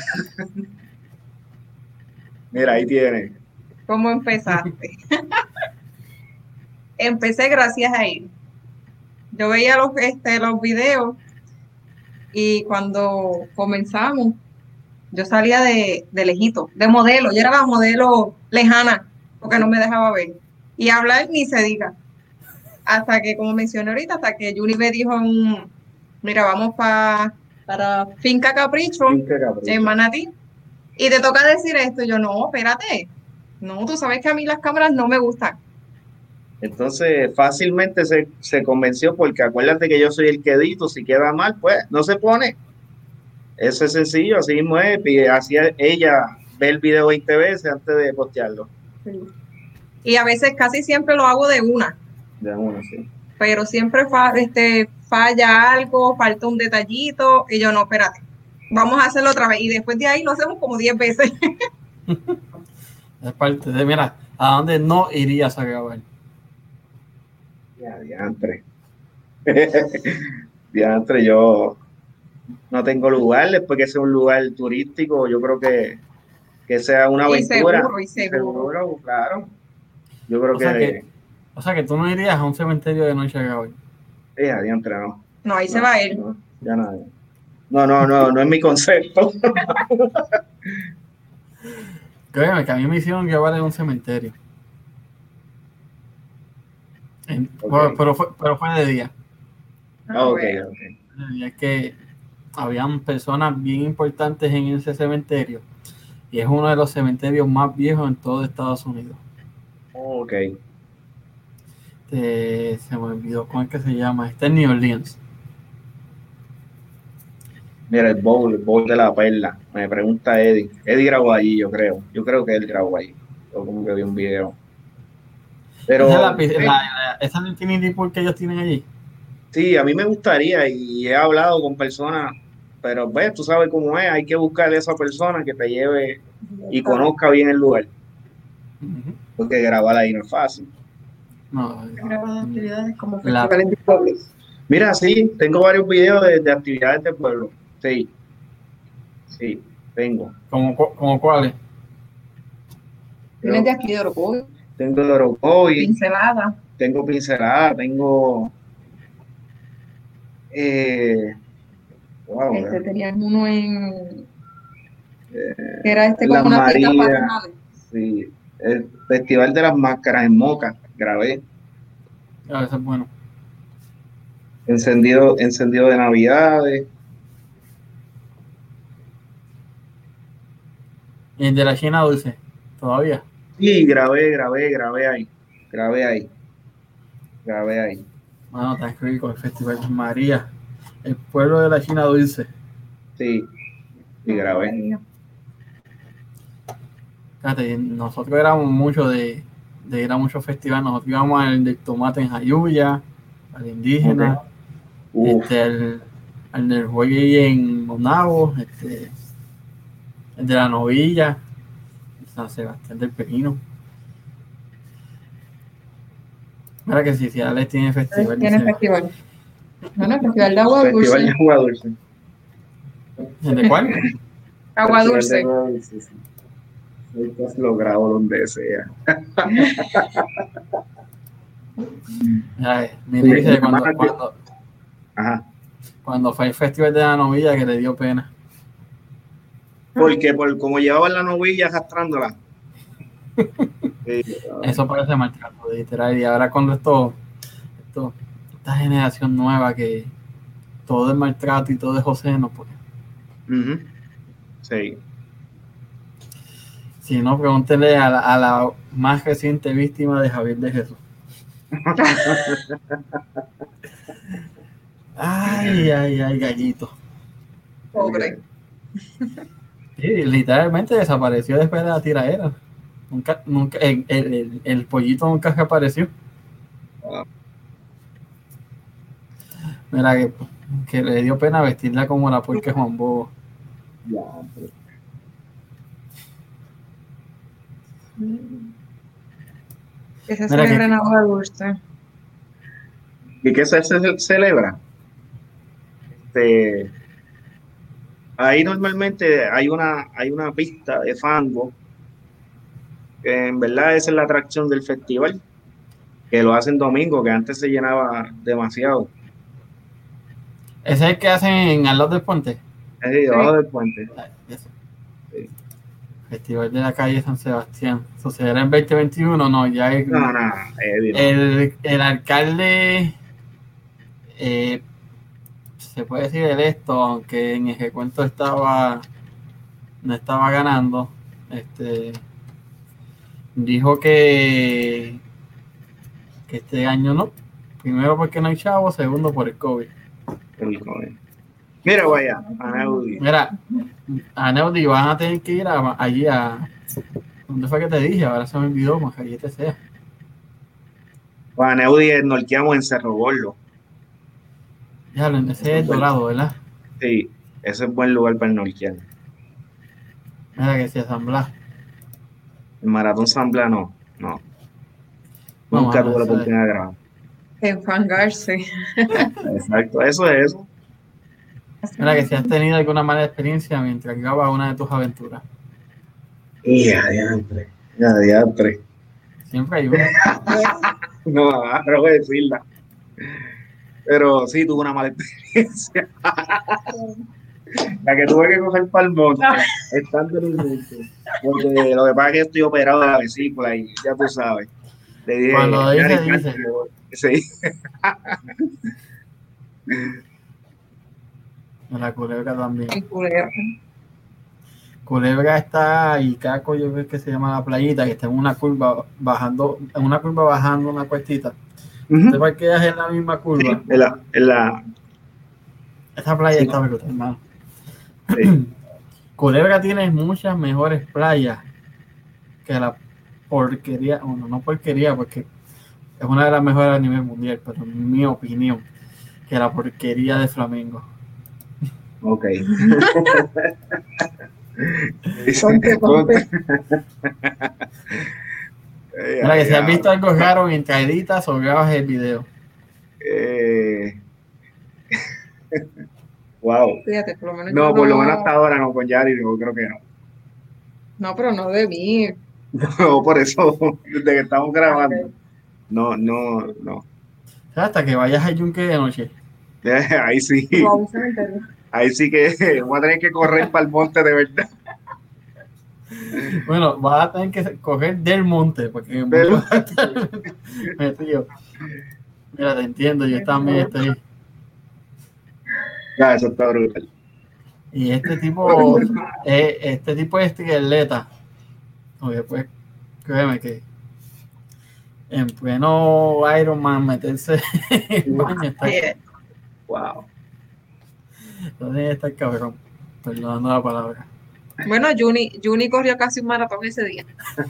Mira, ahí tiene. ¿Cómo empezaste? Empecé gracias a él. Yo veía los videos y cuando comenzamos, yo salía de lejito, de modelo. Yo era la modelo lejana, porque no me dejaba ver. Y hablar ni se diga. Hasta que, como mencioné ahorita, hasta que Juni me dijo, mira, vamos para Finca Capricho, Finca Capricho. en Manatí, y te toca decir esto. Y yo, no, espérate. No, tú sabes que a mí las cámaras no me gustan. Entonces fácilmente se convenció porque acuérdate que yo soy el que edito, si queda mal, pues no se pone. Eso es sencillo, así mismo es, y así ella ve el video 20 veces antes de postearlo. Sí. Y a veces casi siempre lo hago de una. De uno, sí. Pero siempre falla algo, falta un detallito, y yo no, espérate, vamos a hacerlo otra vez. Y después de ahí lo hacemos como 10 veces. Es parte de, mira, ¿a dónde no irías a grabar? Ya, diantre. Diantre, yo no tengo lugar, después que sea un lugar turístico, yo creo que sea una aventura. Y seguro. Claro. Yo creo O sea que tú no irías a un cementerio de noche a grabar. Diantre, no. No, ahí se va él. No, ya nada. No es mi concepto. Créeme que a mí me hicieron grabar en un cementerio. Okay. Pero fue de día. Ok. Y es que habían personas bien importantes en ese cementerio. Y es uno de los cementerios más viejos en todo Estados Unidos. Ok. Se me olvidó cómo es que se llama. Está en New Orleans. Mira, el bowl de la perla. Me pregunta Eddie. Eddie grabó allí, yo creo. Yo creo que él grabó allí. Yo como que vi un video. Pero Esa es la Infinity Pool que ellos tienen allí. sí, a mí me gustaría y he hablado con personas, pero ves, tú sabes cómo es. Hay que buscar a esa persona que te lleve y conozca bien el lugar. Porque grabar ahí no es fácil. No, actividades como festivales de pueblos. Mira, sí, tengo varios videos de actividades de pueblo. Sí, tengo. ¿Como cuáles? Tienes de aquí de Orocovi. Tengo de Orocovi. Pincelada. Tengo pincelada, tengo... wow, tenían uno en... que era como Las una fiesta Marías, patronal. sí, el Festival de las Máscaras en Moca, grabé. A veces es bueno. Encendido de Navidades. ¿Y el de la China Dulce? ¿Todavía? Sí, grabé ahí. Bueno, está escrito el Festival de María, el pueblo de la China Dulce. Sí, grabé. Fíjate, nosotros éramos mucho de ir a muchos festivales. Nosotros íbamos al del tomate en Jayuya, al indígena, al del juegue en Monagua, el de la Novilla, San Sebastián del Pepino. Mira que si Alex tiene festival. Tiene festival. Bueno, el Festival de Agua Dulce. Festival de Agua Dulce. ¿De cuál? Agua Dulce. Lo grabo donde sea. Ay, mira, dice cuando fue el festival de la novilla que le dio pena. Porque por como llevaban la novilla arrastrándola. Eso parece maltrato, literal. Y ahora cuando esta generación nueva que todo es maltrato y todo es obsceno, pues. Sí. Si no, pregúntele a la más reciente víctima de Javier de Jesús. Ay, gallito. Pobre. Sí, literalmente desapareció después de la tiradera. Nunca, el pollito nunca reapareció. Mira que le dio pena vestirla como la puerca Juan Bobo. Que se celebra en Agua Dulce. ¿Y qué se celebra? Ahí normalmente hay una pista de fango, que en verdad esa es la atracción del festival, que lo hacen domingo, que antes se llenaba demasiado. Ese es el que hacen al lado del puente. Es debajo del puente. Eso. Sí. Festival de la calle San Sebastián. ¿Sucederá en 2021? No, ya No, el alcalde, se puede decir electo, aunque en el recuento no estaba ganando. Dijo que este año no. Primero porque no hay chavo, segundo por el COVID. el joven. Mira, vaya, Anaudi. Mira, a Neudi van a tener que ir allí a... ¿Dónde fue que te dije? Ahora se me olvidó, más allí te sea. Anaudi norqueamos en Cerro Gordo. Ya, ese es Dorado, ¿verdad? Sí, ese es buen lugar para el norquear. Mira que si San Blas. El Maratón San Blas no. No, Nunca mano, tuve la eso es. oportunidad de grabar. Enfangarse. Exacto, eso es eso. Mira que si has tenido alguna mala experiencia mientras grabas una de tus aventuras. Y adiantre, adiantre. Siempre hay una. No, no voy a decirla. Pero sí tuve una mala experiencia. La que tuve que coger para el monte, estando en el monte. Porque lo que pasa es que estoy operado de la vesícula y ya tú sabes. Le dije, Cuando Gary, dice. sí. La culebra también. En Culebra. Culebra está y Caco, yo creo que se llama la playita, que está en una curva bajando una cuestita. Te parqueas en la misma curva. Sí, Esa playa sí, está brutal, hermano. sí. Culebra tiene muchas mejores playas que la porquería, bueno, no porquería, porque es una de las mejores a nivel mundial, pero en mi opinión, que la porquería de Flamengo. Ok. Ponte. Mira, que si has visto algo raro mientras editas o grabas el video. Wow. Fíjate, por lo menos No, yo por lo menos no. hasta ahora no, con Yari, yo creo que no. No, pero no de mí. No, por eso, desde que estamos grabando. No. Hasta que vayas al yunque de noche. Ahí sí, O a un cementerio. ahí sí que voy a tener que correr para el monte de verdad. Bueno, vas a tener que coger del monte, porque en el monte vas a estar metido. Mira, te entiendo, yo también estoy. Ya, eso está brutal. Y este tipo es triatleta. Oye, pues, créeme que en pleno Ironman meterse en baño Wow. está cabrón. Perdonando la palabra. Bueno, Juni corrió casi un maratón ese día.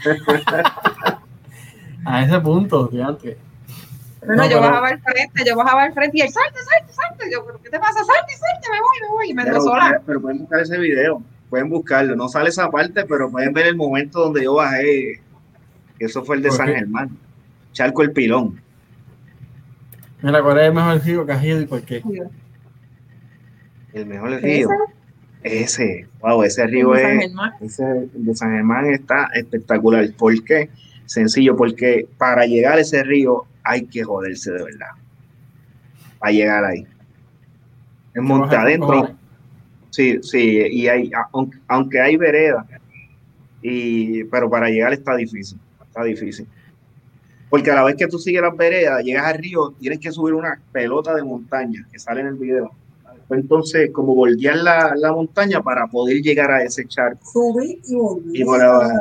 A ese punto, fíjate. Bueno, No, yo pero, bajaba al frente y él, salte. Yo, ¿pero qué te pasa? Salte, me voy. Y me dejó Pero, sola. pero pueden buscar ese video, pueden buscarlo. No sale esa parte, pero pueden ver el momento donde yo bajé, que eso fue el de ¿por San qué? Germán. Charco el Pilón. Mira, ¿cuál es el mejor río que has ido y por qué? El mejor ¿Ese? río. Ese, wow, ese El río de San es, Germán. el de San Germán está espectacular. ¿Por qué? Sencillo, porque para llegar a ese río hay que joderse de verdad. Para llegar ahí. En Que monte baja con cojones. adentro, sí, y aunque hay vereda, pero para llegar está difícil. Porque a la vez que tú sigues las veredas, llegas al río, tienes que subir una pelota de montaña que sale en el video. Entonces, como voltear la montaña para poder llegar a ese charco. Subí y volví. Y por abajo.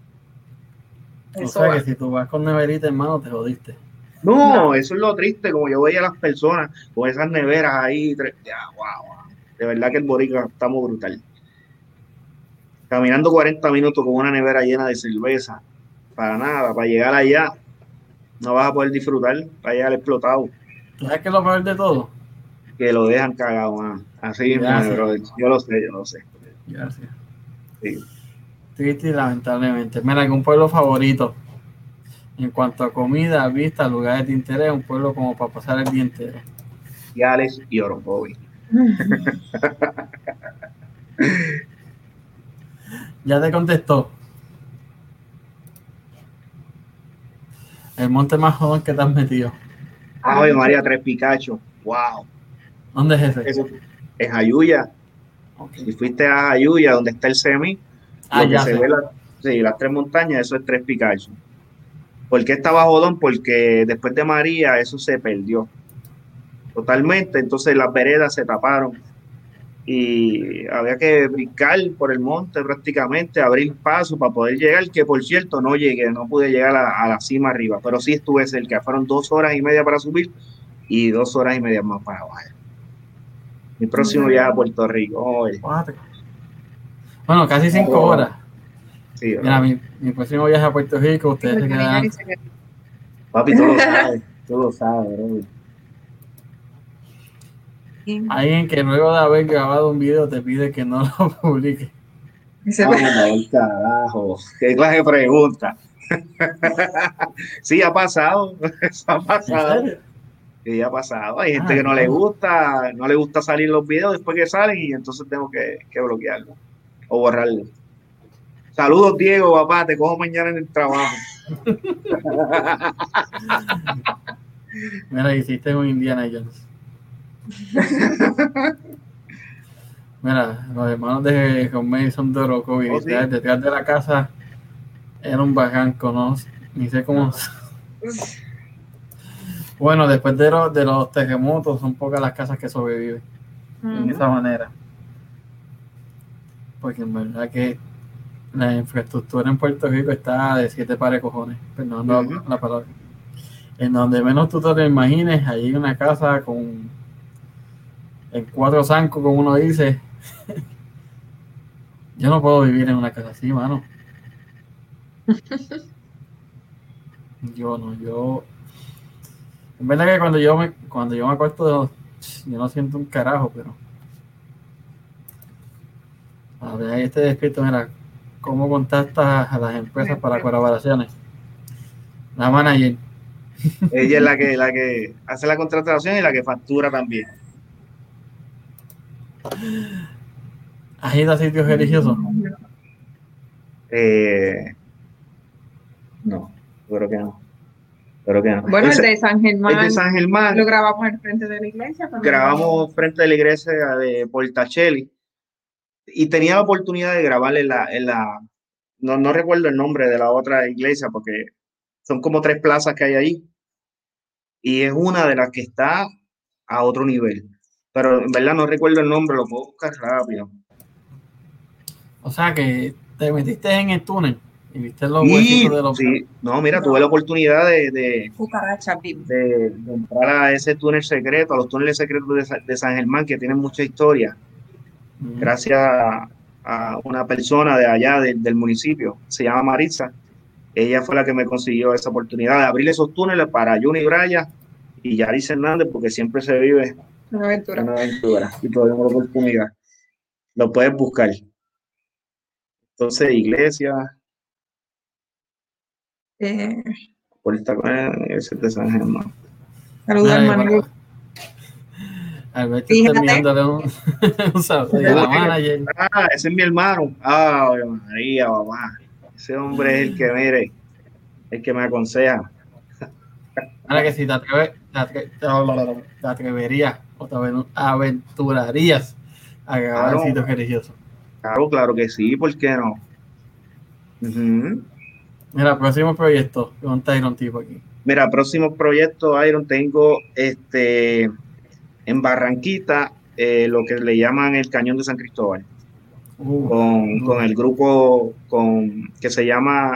O sea que si tú vas con neverita, hermano, te jodiste. No, eso es lo triste, como yo veía a las personas con esas neveras ahí, ya, wow. De verdad que el Boricua está muy brutal. Caminando 40 minutos con una nevera llena de cerveza, para nada, para llegar allá, no vas a poder disfrutar, para llegar explotado, ¿Sabes qué es lo peor de todo? que lo dejan cagado, man. Así mismo es, Gracias. brother. Yo lo sé. Gracias. Sí. Triste y lamentablemente. Mira, algún pueblo favorito. En cuanto a comida, vista, lugares de interés, un pueblo como para pasar el día entero. Yales y Oropovi. Ya te contestó. El monte más jodón que te has metido. Ave María, Tres Picachos. Wow. ¿Dónde es ese? Eso es Jayuya. Okay. Si fuiste a Jayuya, donde está el semi, lo que ya se sé. ve, sí, las tres montañas, eso es Tres Picacho. ¿Por qué estaba jodón? Porque después de María eso se perdió totalmente, entonces las veredas se taparon y había que brincar por el monte prácticamente, abrir paso para poder llegar, que por cierto no llegué, no pude llegar a la cima arriba, pero sí estuve cerca, fueron 2 horas y media para subir y 2 horas y media más para bajar. Mi próximo viaje a Puerto Rico. Oye. Bueno, casi 5 horas. Sí, Mira, mi próximo viaje a Puerto Rico, ustedes se quedan. papi, tú lo sabes, bro. Alguien que luego de haber grabado un video te pide que no lo publique. El carajo, qué clase de pregunta. Sí, ha pasado, eso ha ¿En pasado. serio? Sí, ha pasado. Hay gente que Diablo. no le gusta salir los videos después que salen y entonces tengo que bloquearlo o borrarlo. Saludos, Diego, papá, te cojo mañana en el trabajo. Mira, hiciste un Indiana Jones. Mira, los hermanos de John Mason de Orocovi, ¿Oh, sí? detrás de la casa era un barranco, no, ni sé cómo. Bueno, después de los terremotos, son pocas las casas que sobreviven de esa manera. Porque en verdad que la infraestructura en Puerto Rico está de 7 pares de cojones, perdón la palabra. En donde menos tú te lo imagines, hay una casa en 4 zancos, como uno dice. Yo no puedo vivir en una casa así, mano. Yo. En verdad que cuando yo me acuesto, yo no siento un carajo, pero. A ver, ahí está descrito, mira, cómo contactas a las empresas para colaboraciones. La manager. Ella es la que hace la contratación y la que factura también. ¿Has ido a sitios religiosos? No, creo que no. Creo que no. Bueno, el de San El de Germán San Germán lo grabamos al frente de la iglesia. grabamos frente a la iglesia de Portacelli y tenía la oportunidad de grabar no recuerdo el nombre de la otra iglesia porque son como 3 plazas que hay ahí y es una de las que está a otro nivel. Pero en verdad no recuerdo el nombre, lo puedo buscar rápido. O sea que te metiste en el túnel y viste los huesitos de los. Sí, no, mira, tuve la oportunidad Cucaracha viva. de entrar a ese túnel secreto, a los túneles secretos de San Germán que tienen mucha historia. Gracias a una persona de allá del municipio, se llama Maritza. Ella fue la que me consiguió esa oportunidad de abrir esos túneles para Juni Braya y Yaris Hernández, porque siempre se vive Una aventura. una aventura y tuvimos la oportunidad. Lo puedes buscar. Entonces, iglesia, Puerta ese de San Germán. Saludos, hermano. Alberto está enviándole un saludo a la manager. Ese es mi hermano. María, mamá. Ese hombre es el que, mire, el que me aconseja. Ahora que si te atreverías o te aventurarías a grabar en sitios religiosos. Claro que sí, ¿por qué no? Mira, próximo proyecto, un Tyron tipo aquí. Mira, próximo proyecto, Iron, tengo en Barranquita lo que le llaman el Cañón de San Cristóbal. Con el grupo que se llama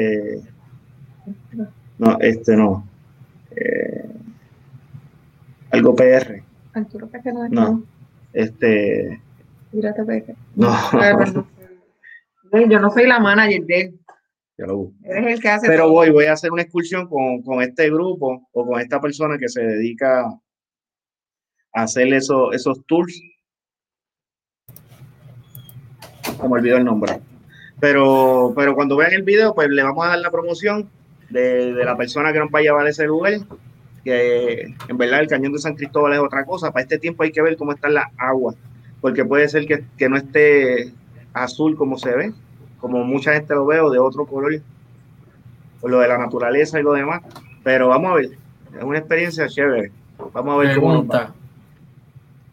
algo PR. Arturo Peque no es. No. Mírate Peque. No. Yo no soy la manager de él. Ya lo busco. Eres el que hace Pero todo. voy a hacer una excursión con este grupo o con esta persona que se dedica a hacer esos tours. Se me olvidó el nombre. Pero cuando vean el video, pues le vamos a dar la promoción de la persona que nos va a llevar a ese lugar, que en verdad el Cañón de San Cristóbal es otra cosa. Para este tiempo hay que ver cómo están las aguas, porque puede ser que no esté azul como se ve, como mucha gente lo ve, o de otro color, por lo de la naturaleza y lo demás. Pero vamos a ver, es una experiencia chévere. Vamos a ver cómo nos va.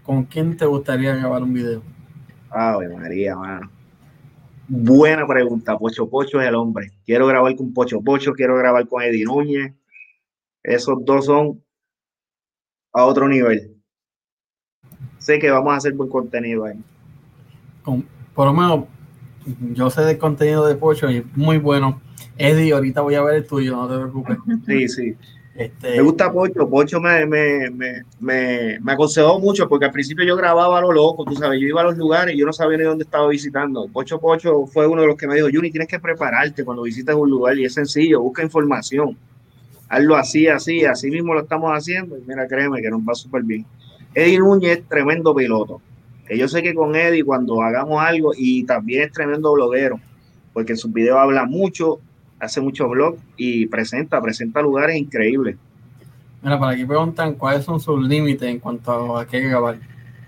¿con quién te gustaría grabar un video? Ave María, mano. Buena pregunta. Pocho Pocho es el hombre. Quiero grabar con Pocho Pocho, quiero grabar con Eddie Núñez. Esos dos son a otro nivel. Sé que vamos a hacer buen contenido ahí. Por lo menos, yo sé del contenido de Pocho y es muy bueno. Eddie, ahorita voy a ver el tuyo, no te preocupes. Sí, sí. Me gusta Pocho. Pocho me aconsejó mucho porque al principio yo grababa a lo loco, tú sabes, yo iba a los lugares y yo no sabía ni dónde estaba visitando. Pocho Pocho fue uno de los que me dijo, Juni, tienes que prepararte cuando visites un lugar y es sencillo, busca información. Hazlo así, así, así mismo lo estamos haciendo y mira, créeme que nos va súper bien. Eddie Núñez es tremendo piloto. Que yo sé que con Eddie cuando hagamos algo y también es tremendo bloguero, porque en sus videos habla mucho, hace muchos vlogs y presenta lugares increíbles. Mira, para aquí preguntan cuáles son sus límites en cuanto a qué grabar.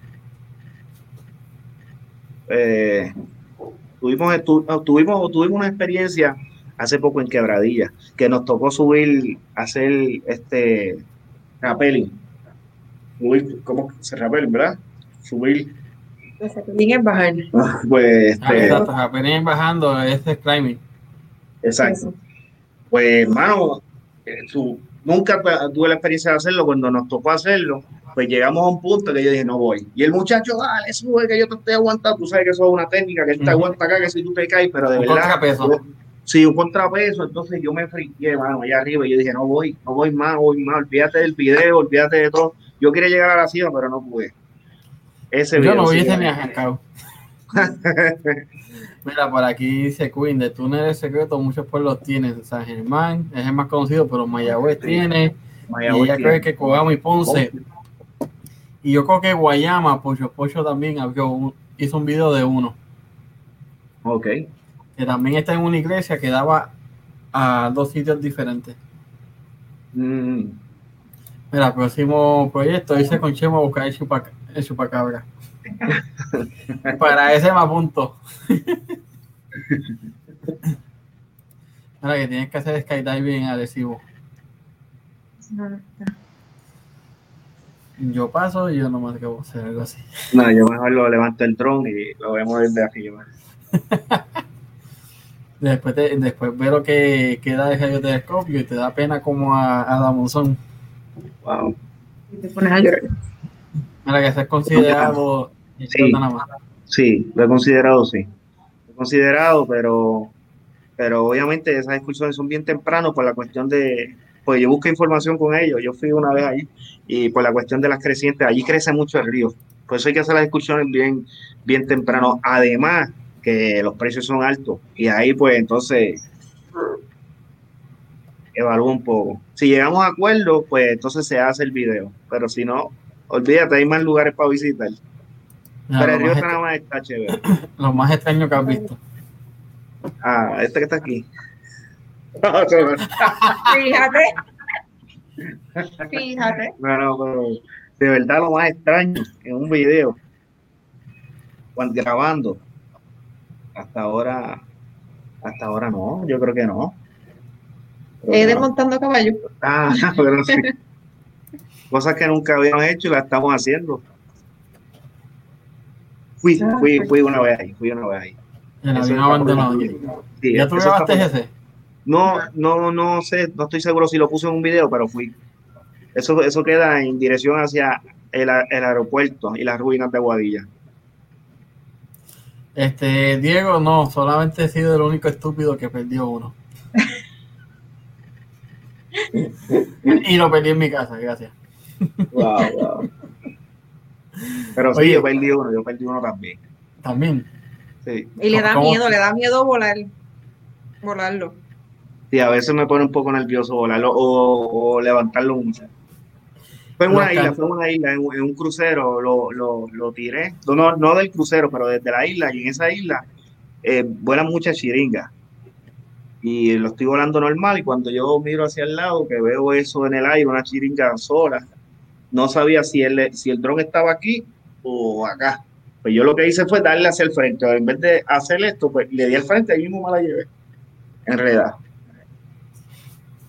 Tuvimos una experiencia hace poco en Quebradilla, que nos tocó hacer rappelling. ¿Cómo se rappelling, verdad? Subir. Bien bajar. Pues, Exacto, apenas bajando este climbing. exacto. Pues, hermano, nunca tuve la experiencia de hacerlo. Cuando nos tocó hacerlo, pues llegamos a un punto que yo dije, no voy. Y el muchacho, dale, sube, que yo te estoy aguantando. Tú sabes que eso es una técnica, que él te aguanta acá, que si tú te caes, pero de Un verdad. contrapeso. Sí, un contrapeso. Entonces yo me friqué, mano, allá arriba. Y yo dije, no voy más, olvídate del video, olvídate de todo. Yo quería llegar a la cima, pero no pude. Ese Yo video, no sí. hubiese ni arrancado. Mira, por aquí dice Queen, de túneles secretos muchos pueblos tienen. San Germán es el más conocido, pero Mayagüez tiene. Y ella cree que Cogamo y Ponce. Y yo creo que Guayama, Pocho Pocho también hizo un video de uno. Ok. Que también está en una iglesia que daba a dos sitios diferentes. Mira, el próximo proyecto dice con Chemo buscar el chupacabra. Para ese me apunto. Mira, que tienes que hacer skydiving agresivo. Yo paso y yo nomás que voy a hacer algo así. No, yo mejor lo levanto el dron y lo vemos desde arriba. Después veo lo que queda de radiotelescopio y te da pena como a la Monzón. Wow. Y te pones a llorar. Mira, que ser considerado Sí, nada más. sí, lo he considerado, sí. Lo he considerado, pero obviamente esas excursiones son bien temprano por la cuestión pues yo busco información con ellos, yo fui una vez allí y por la cuestión de las crecientes, allí crece mucho el río, por eso hay que hacer las excursiones bien, bien temprano, además que los precios son altos y ahí pues entonces evalúo un poco. Si llegamos a acuerdo, pues entonces se hace el video, pero si no, olvídate, hay más lugares para visitar. Mira, Pero el río nada más está chévere. lo más extraño que has visto. Ah, este que está aquí. Fíjate. Fíjate. No, pero de verdad lo más extraño en un video, cuando grabando, hasta ahora no, yo creo que no. Desmontando caballo. Ah, pero sí, cosas que nunca habíamos hecho y las estamos haciendo. Fui una vez ahí. El Eso avión está por abandonado. sí, ¿Ya tú eso está grabaste ese? no sé, no estoy seguro si lo puse en un video, pero fui. Eso queda en dirección hacia el aeropuerto y las ruinas de Aguadilla. Diego, no, solamente he sido el único estúpido que perdió uno. Y lo perdí en mi casa, gracias. Wow. Pero sí, Oye, yo perdí uno también. también. Sí. Y le da miedo volarlo. Sí, a veces me pone un poco nervioso volarlo o levantarlo mucho. Fue en una isla, en un crucero, lo tiré. No del crucero, pero desde la isla. Y en esa isla vuelan muchas chiringas. Y lo estoy volando normal. Y cuando yo miro hacia el lado, que veo eso en el aire, una chiringa sola, no sabía si el dron estaba aquí o acá. Pues yo lo que hice fue darle hacia el frente. En vez de hacer esto, pues le di al frente y mismo me la llevé. Enredada.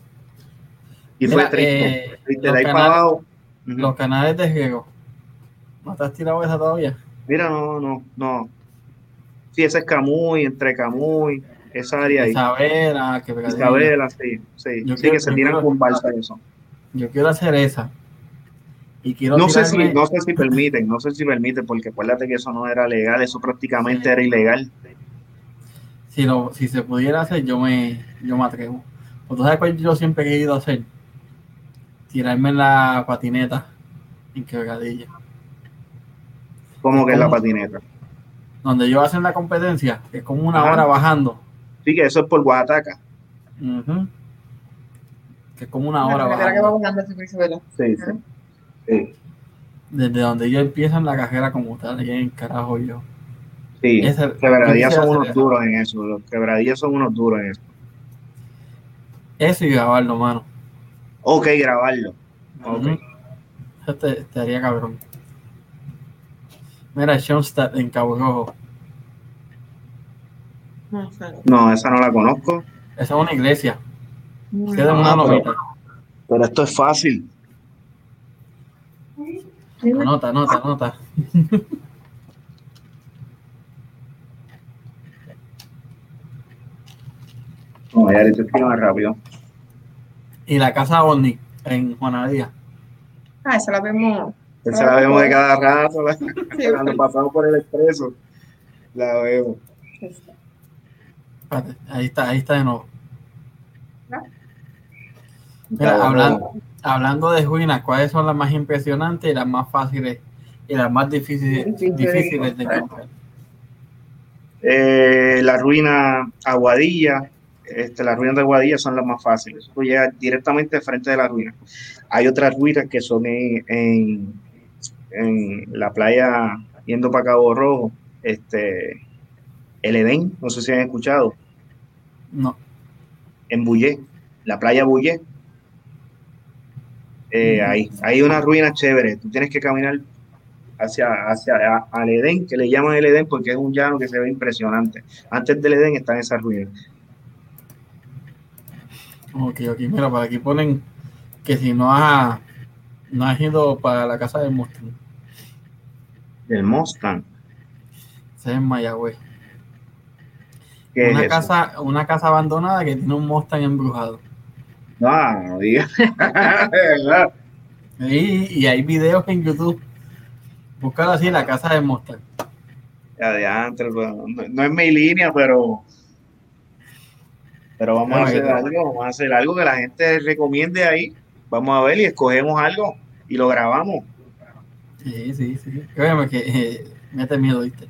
Y Mira, fue triste de ahí para abajo. los canales de riego. ¿No te has tirado esa todavía? Mira, no. Sí, ese es Camuy, entre Camuy, esa área ahí. Isabela, Quebradilla. Isabela, sí, que se tiran con balsa y eso. Yo quiero hacer esa. Y quiero No sé si, tirarme, no sé si permiten, porque acuérdate que eso no era legal, eso prácticamente era eh, ilegal. si se pudiera hacer, yo me atrevo. Pues tú sabes cuál yo siempre he querido hacer, tirarme en la patineta en Quebradilla. Que es Como que en la como patineta. donde yo hacen la competencia, que es como una Ajá. hora bajando. Sí, que eso es por Oaxaca. Ujú. Que es como una La hora carretera que va bajando. bajando hacia Isabela. Sí. Desde donde ellos empiezan la carrera como tal, y en carajo yo. Sí, Ese, yo Quebradillas quisiera son hacer unos eso. duros en eso. Los Quebradillas son unos duros en eso. Eso y grabarlo, mano. Ok, grabarlo. Ok. Ujú. Eso estaría cabrón. Mira, Schoenstatt en Cabo Rojo. No sé. No, esa no la conozco. Esa es una iglesia. Queda en una Ah, lomita. pero esto es fácil. Anota, anota, anota. No, ya le estoy más rápido. Y la casa Orni en Juanadía. Ah, esa la vemos. Esa la vemos de cada rato, cuando Siempre. pasamos por el expreso, la vemos. Espérate, ahí está de nuevo. En Mira, Cabo Rojo. hablando de ruinas, ¿cuáles son las más impresionantes y las más fáciles y las más difíciles de encontrar? La ruina Aguadilla, las ruinas de Aguadilla son las más fáciles. Tú llegas directamente frente de la ruina. Hay otras ruinas que son en la playa yendo para Cabo Rojo, el Edén, no sé si han escuchado, No. en Bullé, la playa Bullé. Hay unas ruinas chéveres. Tú tienes que caminar al Edén, que le llaman el Edén porque es un llano que se ve impresionante. Antes del Edén están esas ruinas. Ok, mira, para aquí ponen que si no has ido para la casa del Mustang, Del Mustang. ese es en Mayagüez. ¿Qué es eso? Una casa abandonada que tiene un Mustang embrujado. No, no digas. ¿Verdad? Y hay videos en YouTube. Búscalo así, la casa del Mustang. Adiantre, pues, no es mi línea, pero Créeme que vamos a hacer algo que la gente recomiende ahí. Vamos a ver y escogemos algo y lo grabamos. sí. Créeme que mete miedo, ¿viste?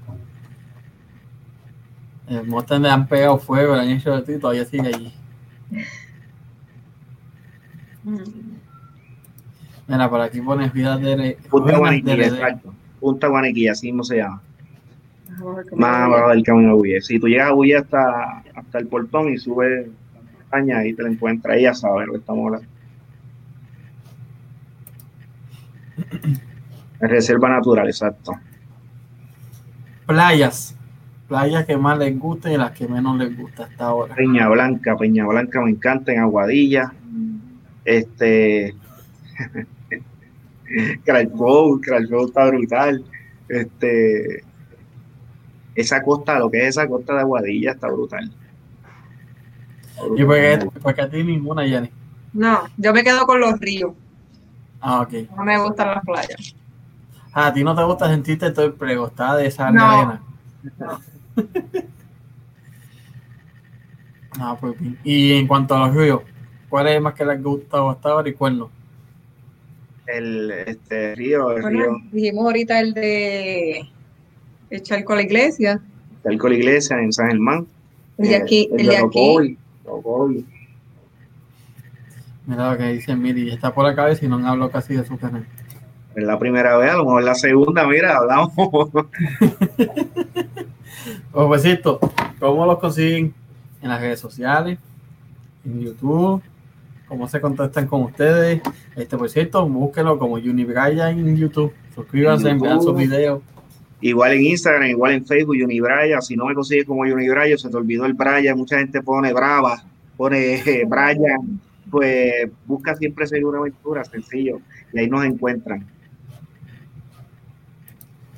El Mustang le han pegado fuego, le han hecho de ti y todavía sigue allí. Mira, por aquí pones Punta ruinas del Guaniquí, Edén. exacto. Punta Guaniquí, así mismo se llama. Más Más abajo del camino de Bulla. Si tú llegas a Bulla hasta el portón y subes la montaña, ahí te la encuentras. Ahí ya sabes lo que estamos hablando. Reserva natural, exacto. Playas. Playas que más les gusten y las que menos les gusta hasta ahora. Peña Blanca me encanta, en Aguadilla. Este, Crash está brutal. Este, esa costa, lo que es esa costa de Aguadilla está brutal. Está ¿Y brutal. por qué a ti ninguna, Yanni? No, yo me quedo con los ríos. Ah, ok. No me gustan las playas. Ah, a ti no te gusta sentirte todo el pregostada de sal y No, arena. no. Ah, pues bien. Y en cuanto a los ríos, ¿cuál es el más que les gusta hasta ahora y cuál no? El Bueno, río, dijimos ahorita el de el charco a la iglesia. Talco la Iglesia en San Germán, El de aquí, el el de de aquí. Rocoy. Mira lo que dice Miri, está por acá y si no hablo casi de su canal. Es la primera vez, a lo mejor la segunda, mira, hablamos. Pues besito, ¿cómo los consiguen? En las redes sociales, en YouTube, cómo se contactan con ustedes. Por cierto, búsquenlo como Unibraya en YouTube. En Suscríbanse, vean sus YouTube, videos. igual en Instagram, igual en Facebook, Unibraya. Si no me consigues como Unibraya, se te olvidó el Braya. Mucha gente pone Brava, pone Brian. Pues busca siempre Segura Aventura, sencillo. Y ahí nos encuentran.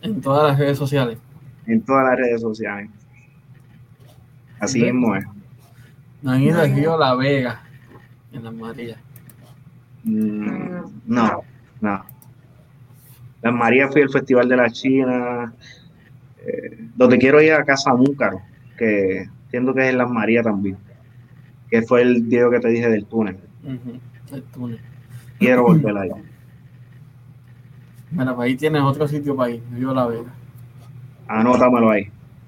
En todas las redes sociales. En todas las redes sociales. Así mismo es. No han ido al río La Vega, en Las Marías. No. Las Marías fui al Festival de la China. Donde quiero ir a Casa Múcaro, que entiendo que es en Las Marías también. Que fue el video que te dije del túnel. El túnel. Quiero volver allá. Bueno, pues ahí tienes otro sitio para ir, Río La Vega. Anótamelo ahí.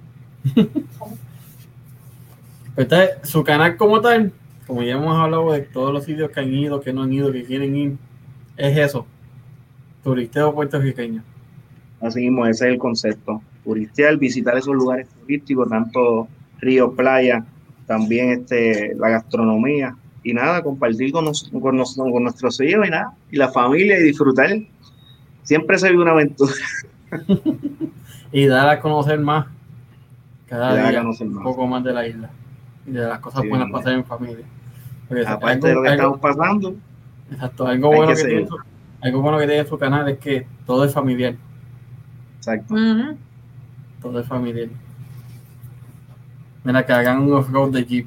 Entonces, su canal como tal, como ya hemos hablado de todos los sitios que han ido, que no han ido, que quieren ir, es eso, turisteo puertorriqueño. Así mismo, ese es el concepto. Turistear, visitar esos lugares turísticos, tanto ríos, playa, también la gastronomía. Y nada, compartir con nuestros hijos y nada, y la familia y disfrutar. Siempre se vive una aventura. Y dar a conocer más, cada día, un poco más de la isla. Y de las cosas buenas para hacer en familia. Porque aparte de lo que estamos pasando. Exacto, algo bueno que tiene su canal es que todo es familiar. Exacto. Todo es familiar. Mira, que hagan un off-road de Jeep.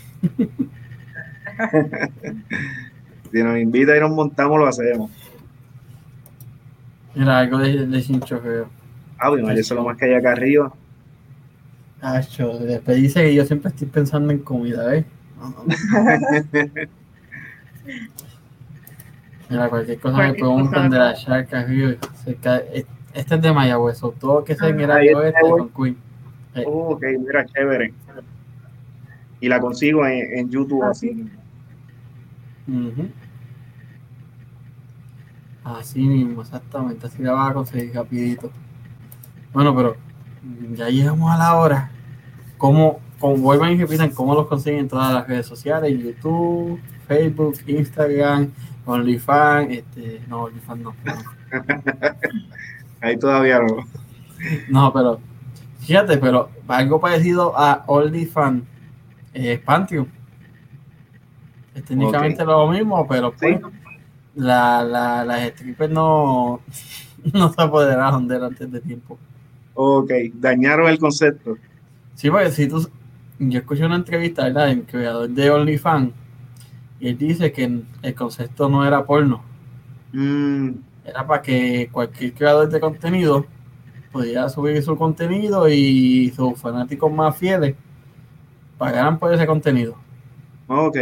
Si nos invita y nos montamos, lo hacemos. Mira, algo de chinchorreo. Bueno, eso es lo más que hay acá arriba. Después dice que yo siempre estoy pensando en comida, ¿eh? Mira, cualquier cosa me preguntan de la charca río. Este es de Mayagüez, todo que sea en el área oeste con Queen. Ok, mira, chévere. Y la consigo en YouTube así. Así mismo, exactamente. Así la vas a conseguir rapidito. Bueno, pero ya llegamos a la hora. Vuelvan y repitan cómo los consiguen en todas las redes sociales, YouTube, Facebook, Instagram, OnlyFans, no, OnlyFans no. Ahí todavía no. No, pero fíjate, pero algo parecido a OnlyFans es Patreon. Es técnicamente lo mismo, pero pues las strippers no se apoderaron de él antes de tiempo. Ok, dañaron el concepto. Sí, porque yo escuché una entrevista, ¿verdad?, del creador de OnlyFans, y él dice que el concepto no era porno. Era para que cualquier creador de contenido pudiera subir su contenido y sus fanáticos más fieles pagaran por ese contenido. Ok.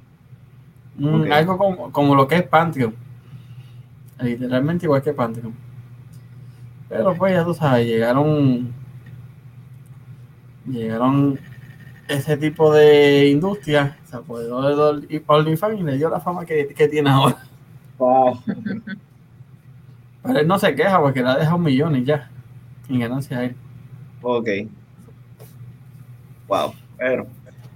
Algo como lo que es Patreon. Literalmente igual que Patreon. Pero pues ya tú sabes, llegaron ese tipo de industria, se apoderó de OnlyFans y le dio la fama que tiene ahora. Wow. Pero él no se queja porque le ha dejado millones ya en ganancias a él. Ok. Wow. Pero.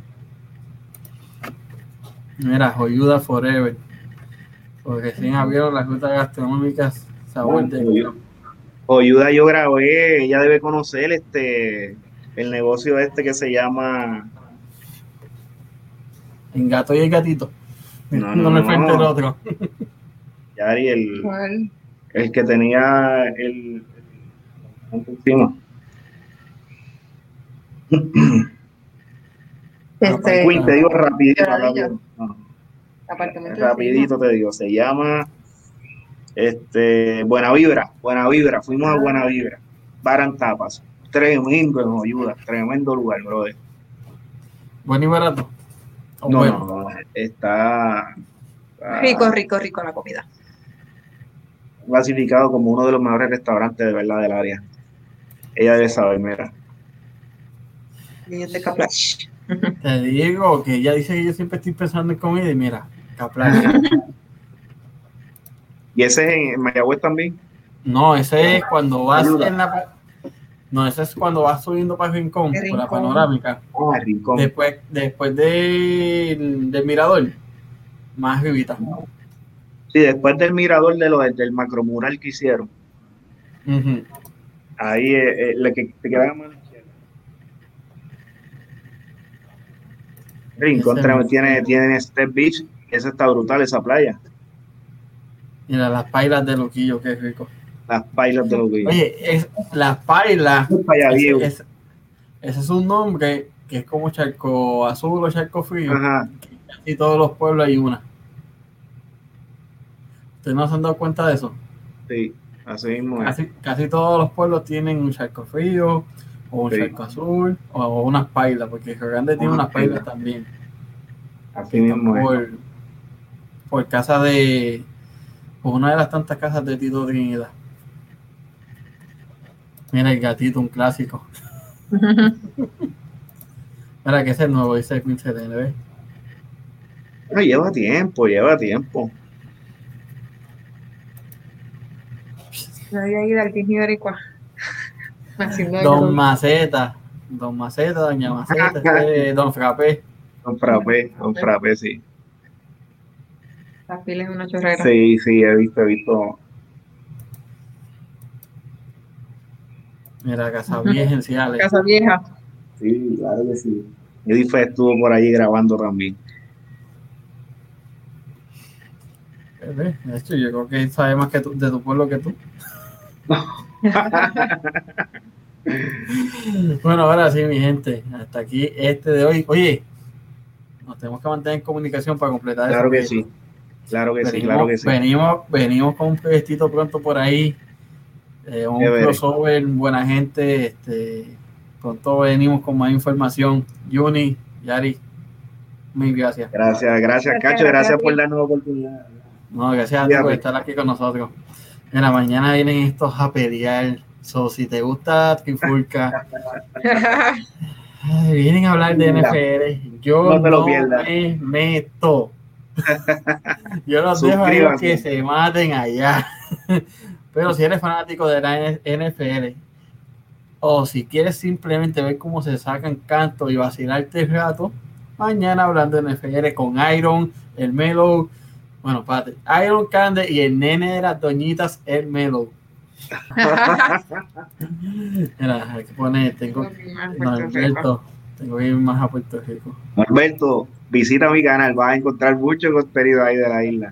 Mira, Joyuda Forever. Porque recién abrieron las rutas gastronómicas Sabor de Guiro. Joyuda yo grabé, ella debe conocer el negocio que se llama En Gato y el Gatito. No. Frente al otro. Yari, el que tenía el encima. Queen, te digo rapidito. Rapidito te digo, se llama Buena Vibra, fuimos a Buena Vibra, Bar and Tapas, tremendo en Joyuda, tremendo lugar, brother. ¿Bueno y barato? No, está rico la comida. Clasificado como uno de los mejores restaurantes de verdad del área. Ella debe saber, mira. Te digo que ella dice que yo siempre estoy pensando en comida y mira, Caplash. ¿Y ese es en Mayagüez también? No, ese es cuando vas ese es cuando vas subiendo para el Rincón, por la panorámica. Rincón. Después del mirador, más arribita. Sí, después del mirador del macromural que hicieron. Ahí la que te queda más. Rincón tiene Step Beach, esa está brutal, esa playa. Mira, las pailas de Loquillo, qué rico. Las pailas de los vídeos. Oye, las pailas, ese es un nombre que es como charco azul o charco frío. Ajá. Casi todos los pueblos hay una. ¿Ustedes no se han dado cuenta de eso? Sí, así mismo es. Casi todos los pueblos tienen un charco frío o un Sí. charco azul o unas pailas, porque Río Grande tiene unas pailas también. Así mismo es. Por casa de... Por una de las tantas casas de Tito Trinidad. Mira el gatito, un clásico. Mira que es el nuevo, dice el 15 ¿ves? No, lleva tiempo. No había ido al Disney Boricua. Don Maceta, Doña Maceta, Don Frappé. Don Frappé, sí. La pila es una chorrera. Sí, he visto. Mira, Casa Vieja en Ciales. Casa Vieja. Sí, claro que sí. Edife estuvo por ahí grabando también. De hecho, yo creo que sabe más que de tu pueblo que tú. Bueno, ahora sí, mi gente, hasta aquí de hoy. Oye, nos tenemos que mantener en comunicación para completar Claro eso. Claro que sí. Venimos con un proyectito pronto por ahí, un crossover, buena gente. Pronto venimos con más información. Juni, Yari, mil gracias. Gracias, Cacho, gracias por darnos la oportunidad. No, gracias a ti por estar aquí con nosotros. En la mañana vienen estos a pelear. Si te gusta Trifulca, vienen a hablar de NFL. Yo no me meto. Yo los dejo a ellos que se maten allá. Pero si eres fanático de la NFL o si quieres simplemente ver cómo se sacan canto y vacilarte el rato, mañana hablando de NFL con Iron, el Melo. Bueno, espérate, Iron Cande y el nene de las doñitas, el Melo. Mira, hay que poner, tengo que ir más a Puerto Rico. Norberto, visita mi canal, vas a encontrar mucho contenido ahí de la isla.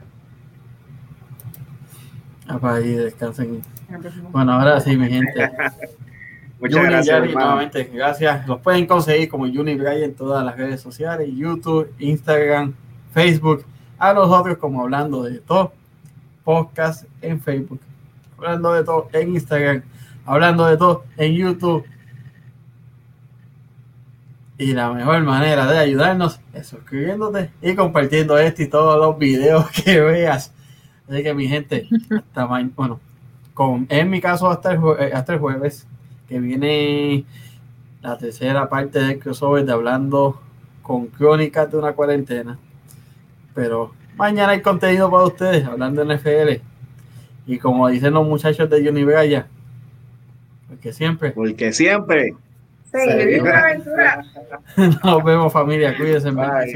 Para ahí descansen. Bueno, ahora sí, mi gente. Muchas gracias, Yari, nuevamente, gracias. Los pueden conseguir como Juni Bray en todas las redes sociales, YouTube, Instagram, Facebook. A nosotros como Hablando de Todo, podcast en Facebook, Hablando de Todo en Instagram, Hablando de Todo en YouTube. Y la mejor manera de ayudarnos es suscribiéndote y compartiendo este y todos los videos que veas. Así que mi gente, en mi caso hasta el jueves, que viene la tercera parte del crossover de Hablando con Crónicas de una Cuarentena. Pero mañana hay contenido para ustedes, hablando de NFL. Y como dicen los muchachos de Juni Braya, porque siempre se vive una aventura. nos vemos, familia, cuídense.